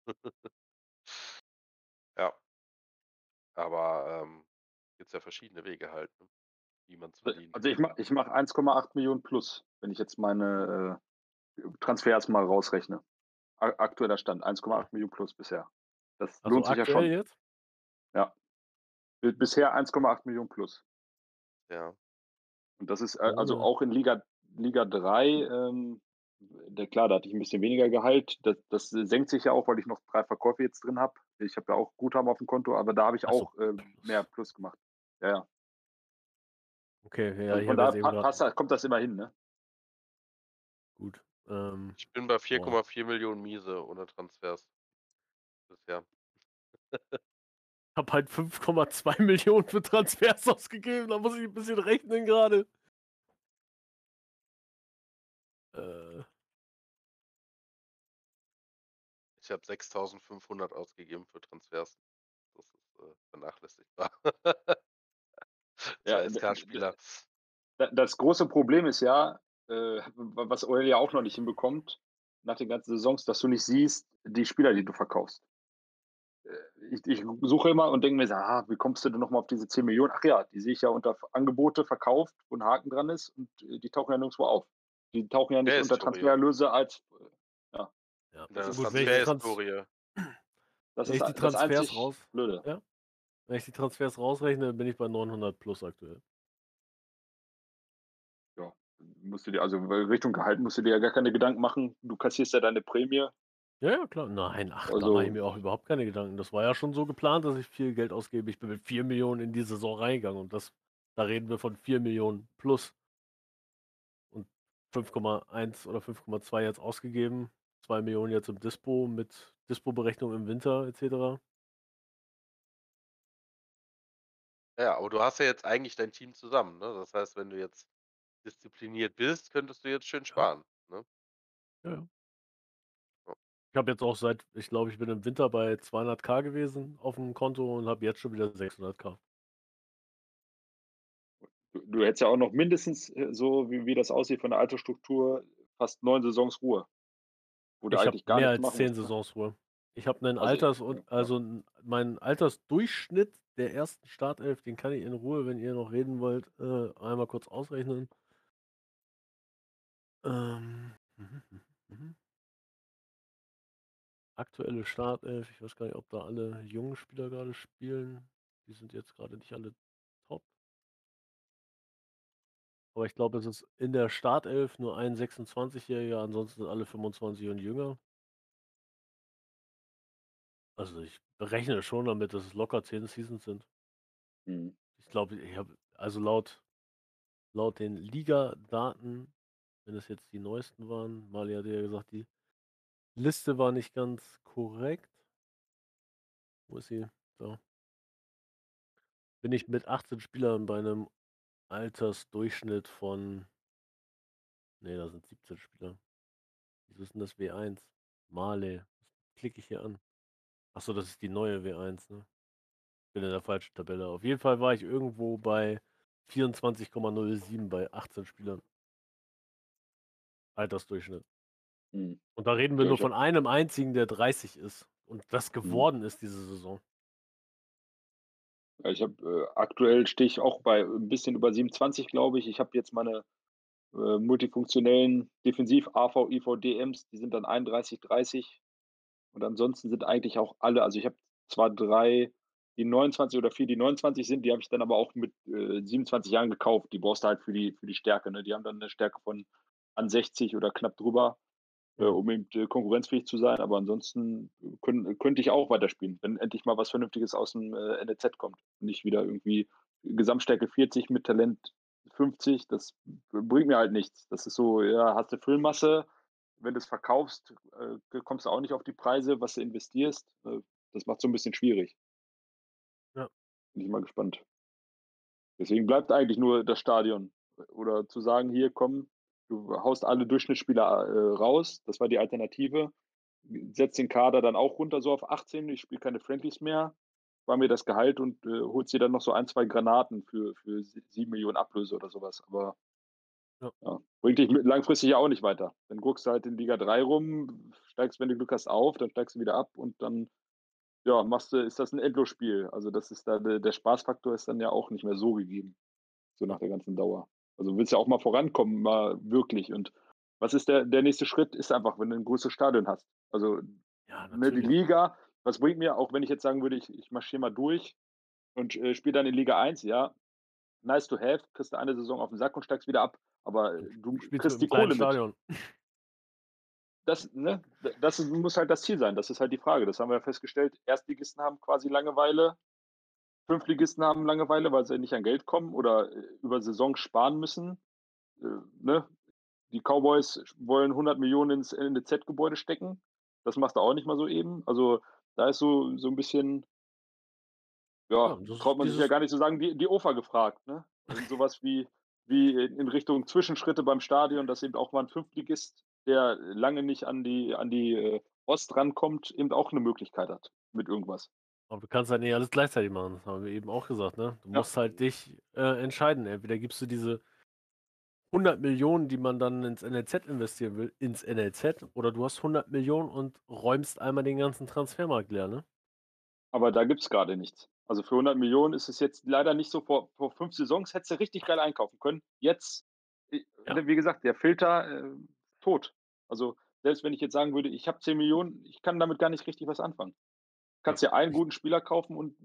Ja, aber, gibt's ja verschiedene Wege halt, ne, wie man's verdient. Also, ich mache 1,8 Millionen plus, wenn ich jetzt meine, Transfers mal rausrechne. Aktueller Stand, Ja. 1,8 Millionen plus bisher. Das Also lohnt sich ja aktuell schon. jetzt? Ja, bisher 1,8 Millionen plus. Ja. Und das ist, Ja, also ne. auch in Liga 3, klar, da hatte ich ein bisschen weniger Gehalt. Das senkt sich ja auch, weil ich noch 3 Verkäufe jetzt drin habe. Ich habe ja auch Guthaben auf dem Konto, aber da habe ich Ach so, auch, mehr plus. Plus gemacht. Ja, ja. Okay, ja, Also ich von habe jetzt daher eben gerade kommt das immer hin, ne? gut. Ich bin bei Boah. 4,4 Millionen miese ohne Transfers bisher. Habe halt 5,2 Millionen für Transfers ausgegeben, da muss ich 'n bisschen rechnen grade. Äh, Ich habe 6.500 ausgegeben für Transfers. Das ist, vernachlässigbar für Ja, SK-Spieler. das große Problem ist ja, was Aurelia auch noch nicht hinbekommt, nach den ganzen Saisons, dass du nicht siehst, die Spieler, die du verkaufst. Ich suche immer und denke mir so: „Ah, wie kommst du denn noch mal auf diese 10 Millionen? Ach ja, die sehe ich ja unter Angebote verkauft, wo 'n Haken dran ist und, die tauchen ja nirgendswo auf. Die tauchen ja nicht unter Historie, Transfererlöse als ja, ja. das deine ist Gut, Transferhistorie. wenn ich die das Transfers einzig raus Blöde. ja, wenn ich die Transfers rausrechne, bin ich bei 900 plus aktuell. Ja, musst du dir also, Richtung Gehalt musst du dir ja gar keine Gedanken machen. Du kassierst ja deine Prämie. Ja, ja, klar. Nein, ach, da mache ich Also, mir auch überhaupt keine Gedanken. Das war ja schon so geplant, dass ich viel Geld ausgebe. Ich bin mit 4 Millionen in die Saison reingegangen und da reden wir von 4 Millionen plus und 5,1 oder 5,2 jetzt ausgegeben, 2 Millionen jetzt im Dispo mit Dispo-Berechnung im Winter et cetera. Ja, aber du hast ja jetzt eigentlich dein Team zusammen, ne? Das heißt, wenn du jetzt diszipliniert bist, könntest du jetzt schön Ja, sparen, ne? ja, ja. Ja. Ich habe jetzt auch ich glaube, ich bin im Winter bei 200.000 gewesen auf dem Konto und habe jetzt schon wieder 600.000. du hättest ja auch noch mindestens, so wie das aussieht von der Altersstruktur, fast 9 Saisons Ruhe, wo du Ich habe eigentlich gar mehr nichts als machen 10 musst, ne? Saisons Ruhe. Ich habe 'nen Also, Alters und ja. also 'n Altersdurchschnitt der ersten Startelf, den kann ich in Ruhe, wenn ihr noch reden wollt, einmal kurz ausrechnen. Mhm, mhm. Aktuelle Startelf, ich weiß gar nicht, ob da alle jungen Spieler gerade spielen. Die sind jetzt gerade nicht alle top. Aber ich glaube, es ist in der Startelf nur ein 26-Jähriger, ansonsten sind alle 25 und jünger. Also ich berechne schon damit, dass es locker 10 Seasons sind. Mhm. Ich glaube, ich habe, also laut den Liga-Daten, wenn es jetzt die neuesten waren, Mali hat ja gesagt, die Liste war nicht ganz korrekt. Wo ist sie? So. Bin ich mit 18 Spielern bei einem Altersdurchschnitt von, nee, da sind 17 Spieler. Wieso ist denn das W1? Male. Klicke ich hier an. Achso, das ist die neue W1, ne? Bin in der falschen Tabelle. Auf jeden Fall war ich irgendwo bei 24,07 bei 18 Spielern. Altersdurchschnitt. Mhm. Und da reden wir Ja, nur ich hab, von einem einzigen, der 30 ist und das mhm. geworden ist diese Saison. Ja, aktuell stehe ich auch bei ein bisschen über 27, glaube ich. Ich habe jetzt meine multifunktionellen Defensiv-AV, IV, DMs, die sind dann 31, 30. Und ansonsten sind eigentlich auch alle, also ich habe zwar 3, die 29 oder 4, die 29 sind, die habe ich dann aber auch mit 27 Jahren gekauft. Die brauchst du halt für die Stärke. Ne? Die haben dann eine Stärke von an 60 oder knapp drüber, Mhm. um eben konkurrenzfähig zu sein. Aber ansonsten könnte ich auch weiterspielen, wenn endlich mal was Vernünftiges aus dem NLZ kommt. Nicht wieder irgendwie Gesamtstärke 40 mit Talent 50. Das bringt mir halt nichts. Das ist so, ja, hast du Füllmasse, wenn du es verkaufst, kommst du auch nicht auf die Preise, was du investierst. Das macht so ein bisschen schwierig. Ja. Bin ich mal gespannt. Deswegen bleibt eigentlich nur das Stadion. Oder zu sagen, hier komm, du haust alle Durchschnittsspieler raus. Das war die Alternative. Setzt den Kader dann auch runter, so auf 18. Ich spiele keine Friendlies mehr. War mir das Gehalt und holst dir dann noch so ein, zwei Granaten für 7 Millionen Ablöse oder sowas. Aber Ja. ja, bringt dich langfristig ja auch nicht weiter. Dann guckst du halt in Liga 3 rum, steigst, wenn du Glück hast, auf, dann steigst du wieder ab und dann ja, ist das ein Endlosspiel. Also das ist da, der Spaßfaktor ist dann ja auch nicht mehr so gegeben, so nach der ganzen Dauer. Also du willst ja auch mal vorankommen, mal wirklich. Und was ist der nächste Schritt? Ist einfach, wenn du ein großes Stadion hast. Also Ja, ne, die natürlich. Liga, was bringt mir, auch wenn ich jetzt sagen würde, ich marschiere mal durch und spiele dann in Liga 1, ja, nice to have, kriegst du eine Saison auf den Sack und steigst wieder ab. Aber du Spielst mit kriegst einem die kleinen Kohle mit. Stadion. Muss halt das Ziel sein. Das ist halt die Frage. Das haben wir ja festgestellt. Erstligisten haben quasi Langeweile, Fünftligisten haben Langeweile, weil sie nicht an Geld kommen oder über Saison sparen müssen. Ne? Die Cowboys wollen 100 Millionen ins NLZ-Gebäude stecken. Das machst du auch nicht mal so eben. Also da ist so ein bisschen, Ja, ja, das traut ist man sich ja dieses, gar nicht zu sagen, die OFA gefragt. Ne? In sowas wie in Richtung Zwischenschritte beim Stadion, dass eben auch mal ein Fünftligist, der lange nicht an die Ost rankommt, eben auch eine Möglichkeit hat mit irgendwas. aber du kannst halt nicht alles gleichzeitig machen. Das haben wir eben auch gesagt, ne? Du Ja, musst halt dich entscheiden. Entweder gibst du diese 100 Millionen, die man dann ins NLZ investieren will, ins NLZ, oder du hast 100 Millionen und räumst einmal den ganzen Transfermarkt leer, ne? aber da gibt es gerade nichts. Also für 100 Millionen ist es jetzt leider nicht so. Vor 5 Saisons hättest du richtig geil einkaufen können. Jetzt, Ja. wie gesagt, der Filter tot. Also selbst wenn ich jetzt sagen würde, ich habe 10 Millionen, ich kann damit gar nicht richtig was anfangen. Nee. Kannst dir einen guten Spieler kaufen und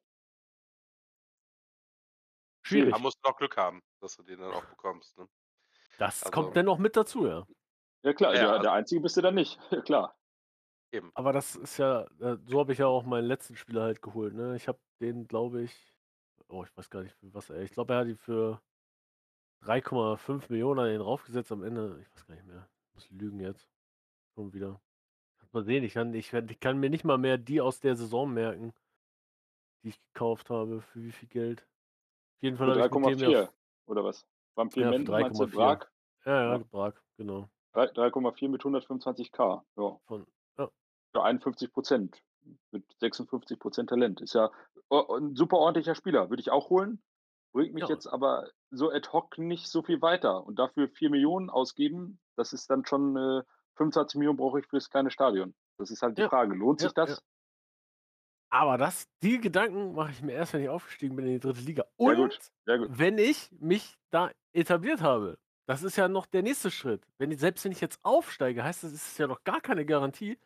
Schwierig. Da musst du noch Glück haben, dass du den dann auch bekommst, ne? Das kommt Also, dann noch mit dazu, ja. ja klar, ja, der Einzige bist du dann nicht. Ja, klar. eben. Aber das ist ja, so habe ich ja auch meinen letzten Spieler halt geholt, ne? Ich habe den, glaube ich, oh, ich weiß gar nicht für was, ey. Ich glaube, er hat die für 3,5 Millionen an den raufgesetzt am Ende. Ich weiß gar nicht mehr. Ich muss lügen jetzt. Schon wieder. Mal sehen, ich kann mir nicht mal mehr die aus der Saison merken, die ich gekauft habe. Für wie viel Geld? Auf jeden Fall Für habe ich mit dem ja, 3,4 oder was? ja für Vampirment, meinst du 3,4. Prag? Ja, Ja, Prag, genau. 3,4 mit 125k. Ja. Von, ja, Für 51% mit 56% Talent. Ist ja ein super ordentlicher Spieler, würde ich auch holen. Bringt mich ja, jetzt aber so ad hoc nicht so viel weiter. Und dafür 4 Millionen ausgeben, das ist dann schon 25 Millionen brauche ich fürs kleine Stadion. Das ist halt die ja, Frage. Lohnt ja, sich ja. das? Aber die Gedanken mache ich mir erst, wenn ich aufgestiegen bin in die dritte Liga. Ja, Und gut. Ja, gut. wenn ich mich da etabliert habe. Das ist ja noch der nächste Schritt. Selbst wenn ich jetzt aufsteige, heißt das, ist es ja noch gar keine Garantie,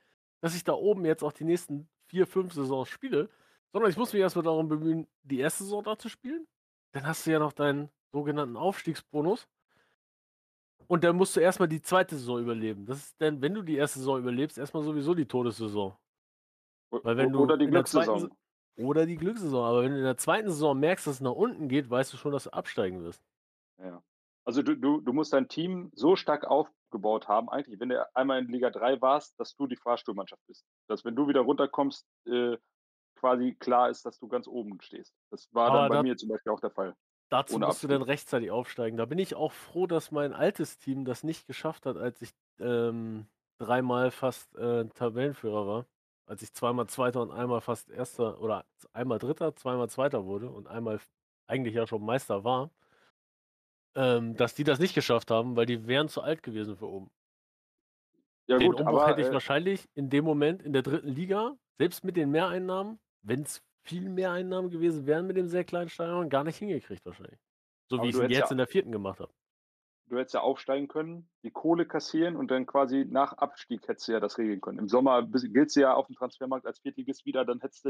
dass ich da oben jetzt auch die nächsten 4, 5 Saisons spiele, sondern ich muss mich erstmal darum bemühen, die erste Saison da zu spielen. Dann hast du ja noch deinen sogenannten Aufstiegsbonus. Und dann musst du erstmal die zweite Saison überleben. Das ist dann, wenn du die erste Saison überlebst, erstmal sowieso die Todessaison. Weil wenn du Oder die in der zweiten Glückssaison. oder die Glückssaison, aber wenn du in der zweiten Saison merkst, dass es nach unten geht, weißt du schon, dass du absteigen wirst. Ja. Also du musst dein Team so stark aufgebaut haben, eigentlich, wenn du einmal in Liga 3 warst, dass du die Fahrstuhlmannschaft bist. Dass, wenn du wieder runterkommst, quasi klar ist, dass du ganz oben stehst. Das war dann Aber bei da mir zum Beispiel auch der Fall. dazu Ohne musst du dann Abstieg. rechtzeitig aufsteigen. Da bin ich auch froh, dass mein altes Team das nicht geschafft hat, als ich dreimal fast Tabellenführer war. Als ich zweimal Zweiter und einmal fast Erster oder einmal Dritter, zweimal Zweiter wurde und einmal eigentlich ja schon Meister war, dass die das nicht geschafft haben, weil die wären zu alt gewesen für oben. Ja Den gut, Umbruch hätte ich aber wahrscheinlich in dem Moment in der dritten Liga, selbst mit den Mehreinnahmen, wenn es viel mehr Einnahmen gewesen wären mit dem sehr kleinen Stadion, gar nicht hingekriegt wahrscheinlich. So wie ich du es hättest jetzt ja in der vierten gemacht habe. du hättest ja aufsteigen können, die Kohle kassieren und dann quasi nach Abstieg hättest du ja das regeln können. Im Sommer giltst du ja auf dem Transfermarkt als Viertligist wieder, dann hättest du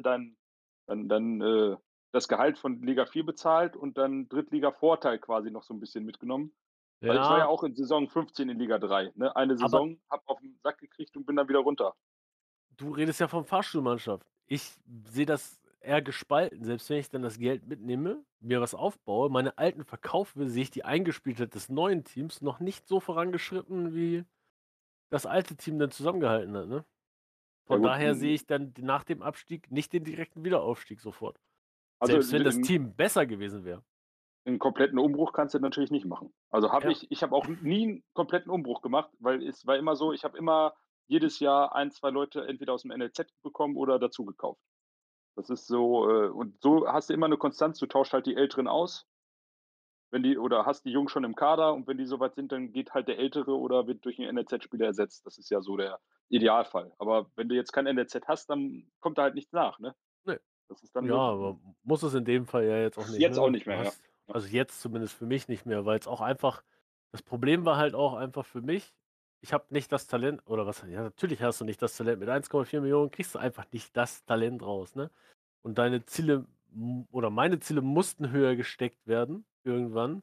das Gehalt von Liga 4 bezahlt und dann Drittliga-Vorteil quasi noch so ein bisschen mitgenommen. Weil ich war ja Ja, auch in Saison 15 in Liga 3. Ne? Eine aber Saison, hab auf den Sack gekriegt und bin dann wieder runter. du redest ja von Fahrstuhlmannschaft. Ich sehe das eher gespalten. Selbst wenn ich dann das Geld mitnehme, mir was aufbaue, meine alten verkaufe, sehe ich die Eingespieltheit des neuen Teams noch nicht so vorangeschritten, wie das alte Team dann zusammengehalten hat, ne? Ja Von gut, daher sehe ich dann nach dem Abstieg nicht den direkten Wiederaufstieg sofort. also Selbst wenn das Team besser gewesen wäre. einen kompletten Umbruch kannst du natürlich nicht machen. Also Ja. ich habe auch nie einen kompletten Umbruch gemacht, weil es war immer so, ich habe immer jedes Jahr ein, zwei Leute entweder aus dem NLZ bekommen oder dazu gekauft. Das ist so, und so hast du immer eine Konstanz, du tauschst halt die Älteren aus, wenn die, oder hast die Jungen schon im Kader und wenn die soweit sind, dann geht halt der Ältere oder wird durch einen NLZ-Spieler ersetzt. Das ist ja so der Idealfall. Aber wenn du jetzt kein NLZ hast, dann kommt da halt nichts nach, ne? Ne. Das ist dann Ja, aber muss es in dem Fall ja jetzt auch nicht, jetzt auch ne? nicht Du mehr, ja. hast, also jetzt zumindest für mich nicht mehr, weil es auch einfach, das Problem war halt auch einfach für mich, ich habe nicht das Talent, oder was, ja, natürlich hast du nicht das Talent, mit 1,4 Millionen kriegst du einfach nicht das Talent raus, ne? Und deine Ziele, oder meine Ziele mussten höher gesteckt werden, irgendwann.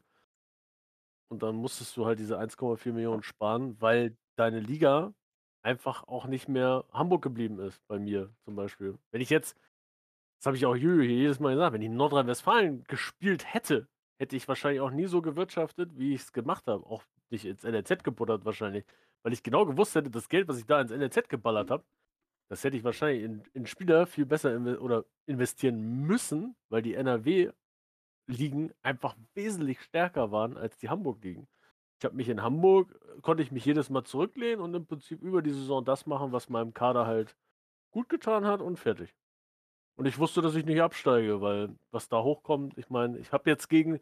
Und dann musstest du halt diese 1,4 Millionen sparen, weil deine Liga einfach auch nicht mehr Hamburg geblieben ist, bei mir zum Beispiel. Wenn ich jetzt, das habe ich auch Jürgen hier jedes Mal gesagt, wenn ich in Nordrhein-Westfalen gespielt hätte, hätte ich wahrscheinlich auch nie so gewirtschaftet, wie ich es gemacht habe. Auch nicht ins NLZ gebuttert wahrscheinlich. Weil ich genau gewusst hätte, das Geld, was ich da ins NLZ geballert habe, das hätte ich wahrscheinlich in Spieler viel besser oder investieren müssen, weil die NRW-Ligen einfach wesentlich stärker waren als die Hamburg-Ligen. Ich habe mich in Hamburg, konnte ich mich jedes Mal zurücklehnen und im Prinzip über die Saison das machen, was meinem Kader halt gut getan hat und fertig. Und ich wusste, dass ich nicht absteige, weil was da hochkommt, ich meine, ich habe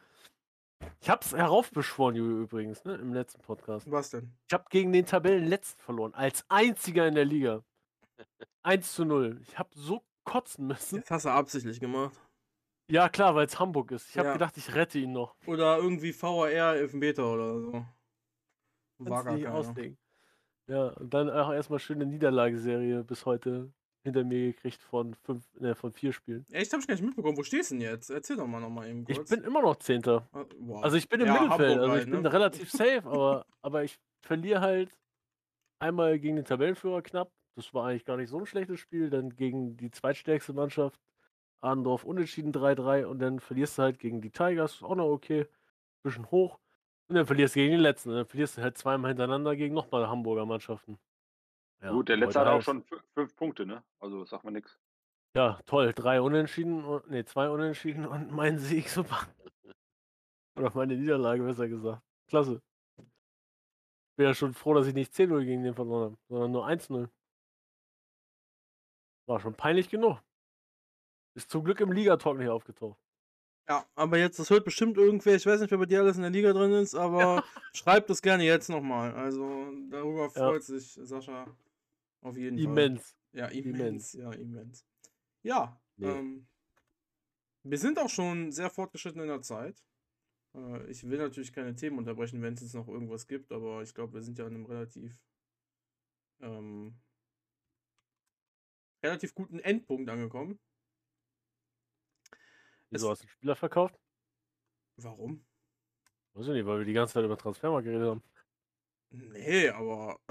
es heraufbeschworen, Juju, übrigens, ne, im letzten Podcast. Was denn? Ich habe gegen den Tabellenletzten verloren, als einziger in der Liga. 1:0. Ich habe so kotzen müssen. Das hast du absichtlich gemacht. Ja, klar, weil es Hamburg ist. Ich habe Ja. gedacht, ich rette ihn noch. Oder irgendwie VAR Elfmeter oder so. War Kannst du gar nicht keiner. ausdenken. Ja, und dann auch erstmal schöne Niederlageserie bis heute hinter mir gekriegt von 4 Spielen. Echt, hab ich gar nicht mitbekommen. Wo stehst du denn jetzt? Erzähl doch mal nochmal eben Ich kurz. bin immer noch Zehnter. Ah, wow. Also ich bin im Ja, Mittelfeld, Hamburg also halt, ich bin ne? relativ safe, aber ich verliere halt einmal gegen den Tabellenführer knapp. Das war eigentlich gar nicht so ein schlechtes Spiel. Dann gegen die zweitstärkste Mannschaft, Adendorf, unentschieden 3:3 und dann verlierst du halt gegen die Tigers, auch noch okay, bisschen hoch. Und dann verlierst du gegen den letzten. Und dann verlierst du halt zweimal hintereinander gegen nochmal Hamburger Mannschaften. Ja, Gut, der und letzte heute hat auch heißt, schon 5 Punkte, ne? Also sagt man nichts. ja, toll, 3 Unentschieden, ne, 2 Unentschieden und mein Sieg, super. Oder meine Niederlage, besser gesagt. Klasse. Bin ja schon froh, dass ich nicht 10:0 gegen den verloren habe, sondern nur 1:0. War schon peinlich genug. Ist zum Glück im Ligatalk nicht aufgetaucht. Ja, aber jetzt, das hört bestimmt irgendwer, ich weiß nicht, wer bei dir alles in der Liga drin ist, aber schreibt das gerne jetzt nochmal. Also, darüber Ja, freut sich Sascha auf jeden Fall. immens. Ja, Immens. ja, immens. Ja, Nee. wir sind auch schon sehr fortgeschritten in der Zeit. Ich will natürlich keine Themen unterbrechen, wenn es jetzt noch irgendwas gibt, aber ich glaube, wir sind ja in einem relativ relativ guten Endpunkt angekommen. Wieso hast du einen Spieler verkauft? Warum? Weiß ich nicht, weil wir die ganze Zeit über Transfermarkt geredet haben. Nee, aber.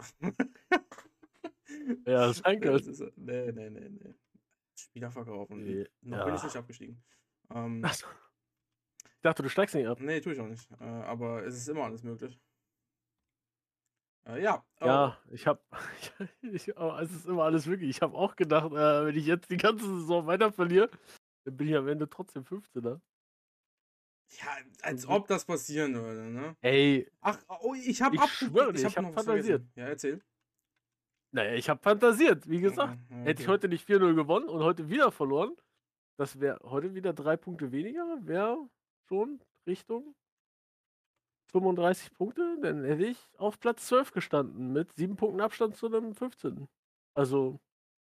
Ja, das sein Nee, das kann. ist, nee. Spieler verkaufen. Nee, Noch bin ich ja. nicht abgestiegen. Achso. Ich dachte, du steigst nicht ab. Nee, tue ich auch nicht. Aber es ist immer alles möglich. Ja. Ja, es ist immer alles möglich. Ich habe auch gedacht, wenn ich jetzt die ganze Saison weiter verliere, dann bin ich am Ende trotzdem 15er. Ja, als ob das passieren würde, ne? Ey, Ach, oh, ich habe ich schwöre dir, ich hab habe fantasiert. Ja, erzähl. Naja, ich habe fantasiert, wie gesagt. Okay, Hätte ich heute nicht 4-0 gewonnen und heute wieder verloren, das wäre heute wieder 3 Punkte weniger, wäre schon Richtung 35 Punkte, dann hätte ich auf Platz 12 gestanden mit 7 Punkten Abstand zu einem 15. Also,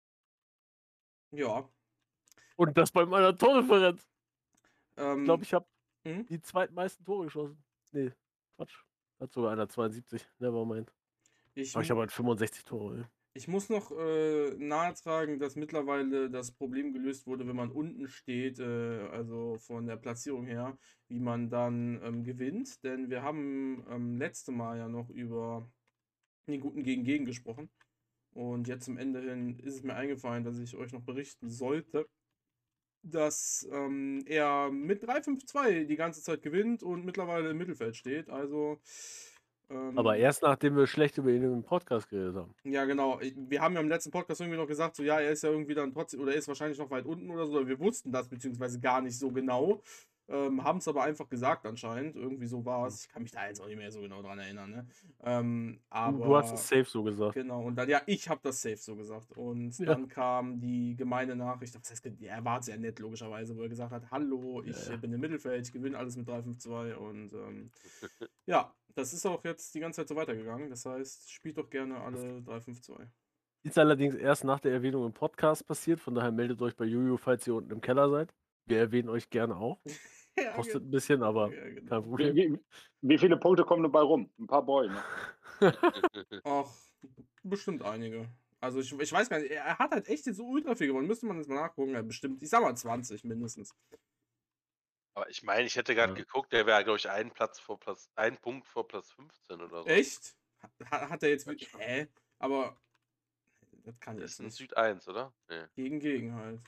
Ja. und das bei meiner Tordifferenz. Ich glaube, ich habe hm? die zweitmeisten Tore geschossen. Nee, Quatsch. Hat sogar einer 72. Nevermind. Aber ich habe halt 65 Tore. Ey. Ich muss noch nahetragen, dass mittlerweile das Problem gelöst wurde, wenn man unten steht, also von der Platzierung her, wie man dann gewinnt. Denn wir haben letzte Mal ja noch über den guten Gegen gesprochen. Und jetzt zum Ende hin ist es mir eingefallen, dass ich euch noch berichten sollte, dass er mit 3-5-2 die ganze Zeit gewinnt und mittlerweile im Mittelfeld steht. Also. Aber erst nachdem wir schlecht über ihn im Podcast geredet haben. Ja, genau. Wir haben ja im letzten Podcast irgendwie noch gesagt, so ja, er ist ja irgendwie dann trotzdem, oder er ist wahrscheinlich noch weit unten oder so, oder wir wussten das beziehungsweise gar nicht so genau. Haben es aber einfach gesagt anscheinend. Irgendwie so war es. Ich kann mich da jetzt auch nicht mehr so genau dran erinnern, ne? Aber Du hast es safe so gesagt. genau, und dann, ja, ich habe das safe so gesagt. Und Ja. dann kam die gemeine Nachricht, das heißt, er war sehr nett, logischerweise, wo er gesagt hat, hallo, ich bin im Mittelfeld, ich gewinne alles mit 3-5-2 und ja, das ist auch jetzt die ganze Zeit so weitergegangen. Das heißt, spielt doch gerne alle 3-5-2. Ist allerdings erst nach der Erwähnung im Podcast passiert, von daher meldet euch bei Juju, falls ihr unten im Keller seid. Wir erwähnen euch gerne auch. Ja, Kostet ein bisschen, aber ja, genau. kein Problem. Wie viele Punkte kommen dabei rum? Ein paar Boy, ne? Ach, bestimmt einige. Also ich weiß gar nicht, er hat halt echt jetzt so ultra viel gewonnen. Müsste man jetzt mal nachgucken. Ja, bestimmt, ich sag mal 20 mindestens. Aber ich meine, ich hätte gerade geguckt, der wäre, glaube ich, ein Punkt vor Platz 15 oder so. Echt? Hat er jetzt wirklich. Hä? Aber das kann Das jetzt ist ein nicht. Süd 1, oder? Nee. Gegen halt.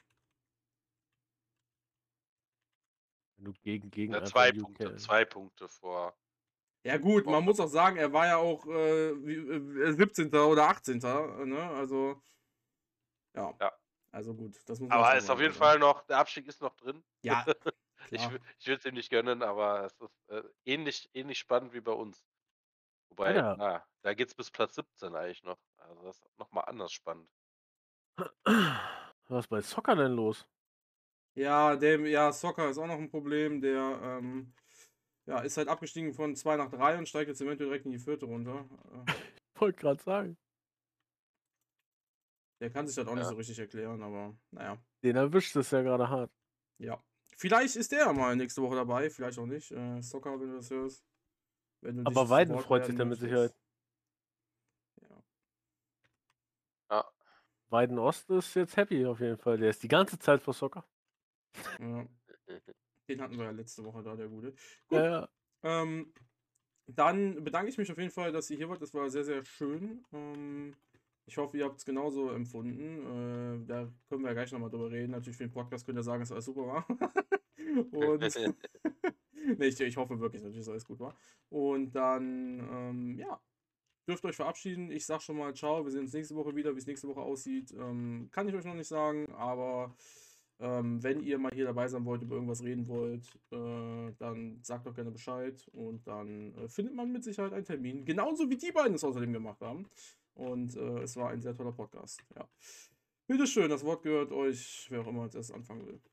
Wenn du gegen Ja, einfach 2 UK Punkte, 2 Punkte vor. Ja gut, man muss auch sagen, er war ja auch 17. oder 18. Ne? Also ja. Also gut, das muss man Aber auch ist auf jeden sagen. Fall noch, der Abstieg ist noch drin. Ja, Ich klar. würde es ihm nicht gönnen, aber es ist ähnlich spannend wie bei uns. Wobei, Alter. na, da geht's bis Platz 17 eigentlich noch. Also das ist nochmal anders spannend. Was ist bei Soccer denn los? Ja, Soccer ist auch noch ein Problem. Der ist halt abgestiegen von 2 nach 3 und steigt jetzt eventuell direkt in die 4. runter. Ich wollte gerade sagen. Der kann sich das auch nicht so richtig erklären, aber naja. Den erwischt es ja gerade hart. Ja. Vielleicht ist der mal nächste Woche dabei, vielleicht auch nicht. Soccer, wenn du das hörst. Aber Weiden freut sich dann mit Sicherheit. Ja. Weiden Ost ist jetzt happy auf jeden Fall. Der ist die ganze Zeit vor Soccer. Ja. Den hatten wir ja letzte Woche da, der Gute. Gut. Ja. Dann bedanke ich mich auf jeden Fall, dass ihr hier wart. Das war sehr, sehr schön. Ich hoffe, ihr habt es genauso empfunden. Da können wir ja gleich nochmal drüber reden. Natürlich für den Podcast könnt ihr sagen, dass alles super war. Und nee, ich hoffe wirklich, dass alles gut war. Und dann, dürft euch verabschieden. Ich sag schon mal ciao. Wir sehen uns nächste Woche wieder. Wie es nächste Woche aussieht, kann ich euch noch nicht sagen. Aber wenn ihr mal hier dabei sein wollt, über irgendwas reden wollt, dann sagt doch gerne Bescheid. Und dann findet man mit Sicherheit einen Termin. Genauso wie die beiden es außerdem gemacht haben. Und es war ein sehr toller Podcast. Ja. Bitteschön, das Wort gehört euch, wer auch immer als erstes anfangen will.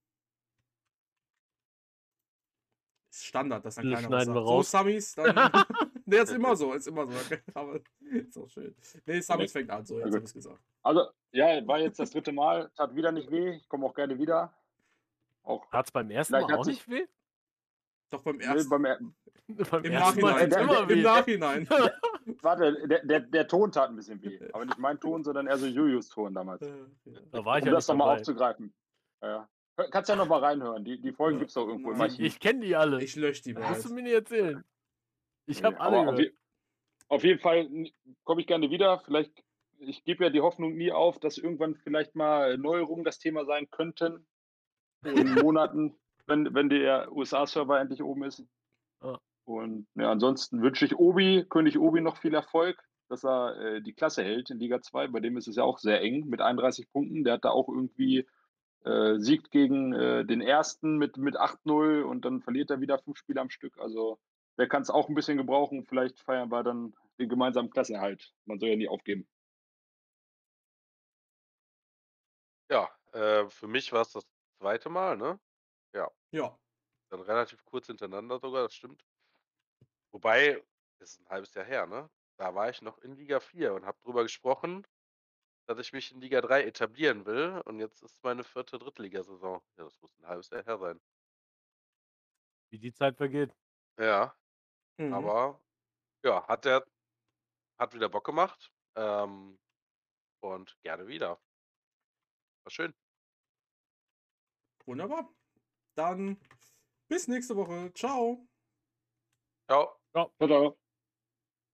Ist Standard, dass dann keiner was sagt. So, Samis, dann. Der ist immer so, Okay. Aber ist auch schön. Nee, Samis fängt an, so, jetzt habe ich gesagt. Also, ja, war jetzt das 3. Mal, tat wieder nicht weh. Ich komme auch gerne wieder. Hat es beim ersten Mal auch nicht weh? Doch beim ersten. Nee, Im Nachhinein. Immer weh. Im Nachhinein. Warte, der Ton tat ein bisschen weh. Aber nicht mein Ton, sondern eher so Julius Ton damals. Da war ich Um ja das nicht nochmal dabei. aufzugreifen. Ja. Kannst ja nochmal reinhören. Die Folgen Ja. gibt es doch irgendwo im Die- Archiv. Ich kenne die alle. Ich lösche die Das musst du bald. mir nicht erzählen. Ich Nee, habe alle aber gehört. auf jeden Fall komme ich gerne wieder. Vielleicht, ich gebe ja die Hoffnung nie auf, dass irgendwann vielleicht mal Neuerungen das Thema sein könnten. In Monaten, wenn der USA-Server endlich oben ist. Ja. Und ja, ansonsten wünsche ich König Obi noch viel Erfolg, dass er die Klasse hält in Liga 2. Bei dem ist es ja auch sehr eng mit 31 Punkten. Der hat da auch irgendwie siegt gegen den ersten mit 8-0 und dann verliert er wieder 5 Spiele am Stück. Also der kann es auch ein bisschen gebrauchen. Vielleicht feiern wir dann den gemeinsamen Klassenerhalt. Man soll ja nie aufgeben. Ja, für mich war es das zweite Mal, ne? Ja. Dann relativ kurz hintereinander sogar, das stimmt. Wobei, das ist ein halbes Jahr her, ne? Da war ich noch in Liga 4 und habe drüber gesprochen, dass ich mich in Liga 3 etablieren will und jetzt ist meine 4. Drittligasaison. Ja, das muss ein halbes Jahr her sein. Wie die Zeit vergeht. Ja, Mhm. aber ja, hat wieder Bock gemacht, und gerne wieder. War schön. Wunderbar. Dann bis nächste Woche. Ciao. Ciao. Ciao.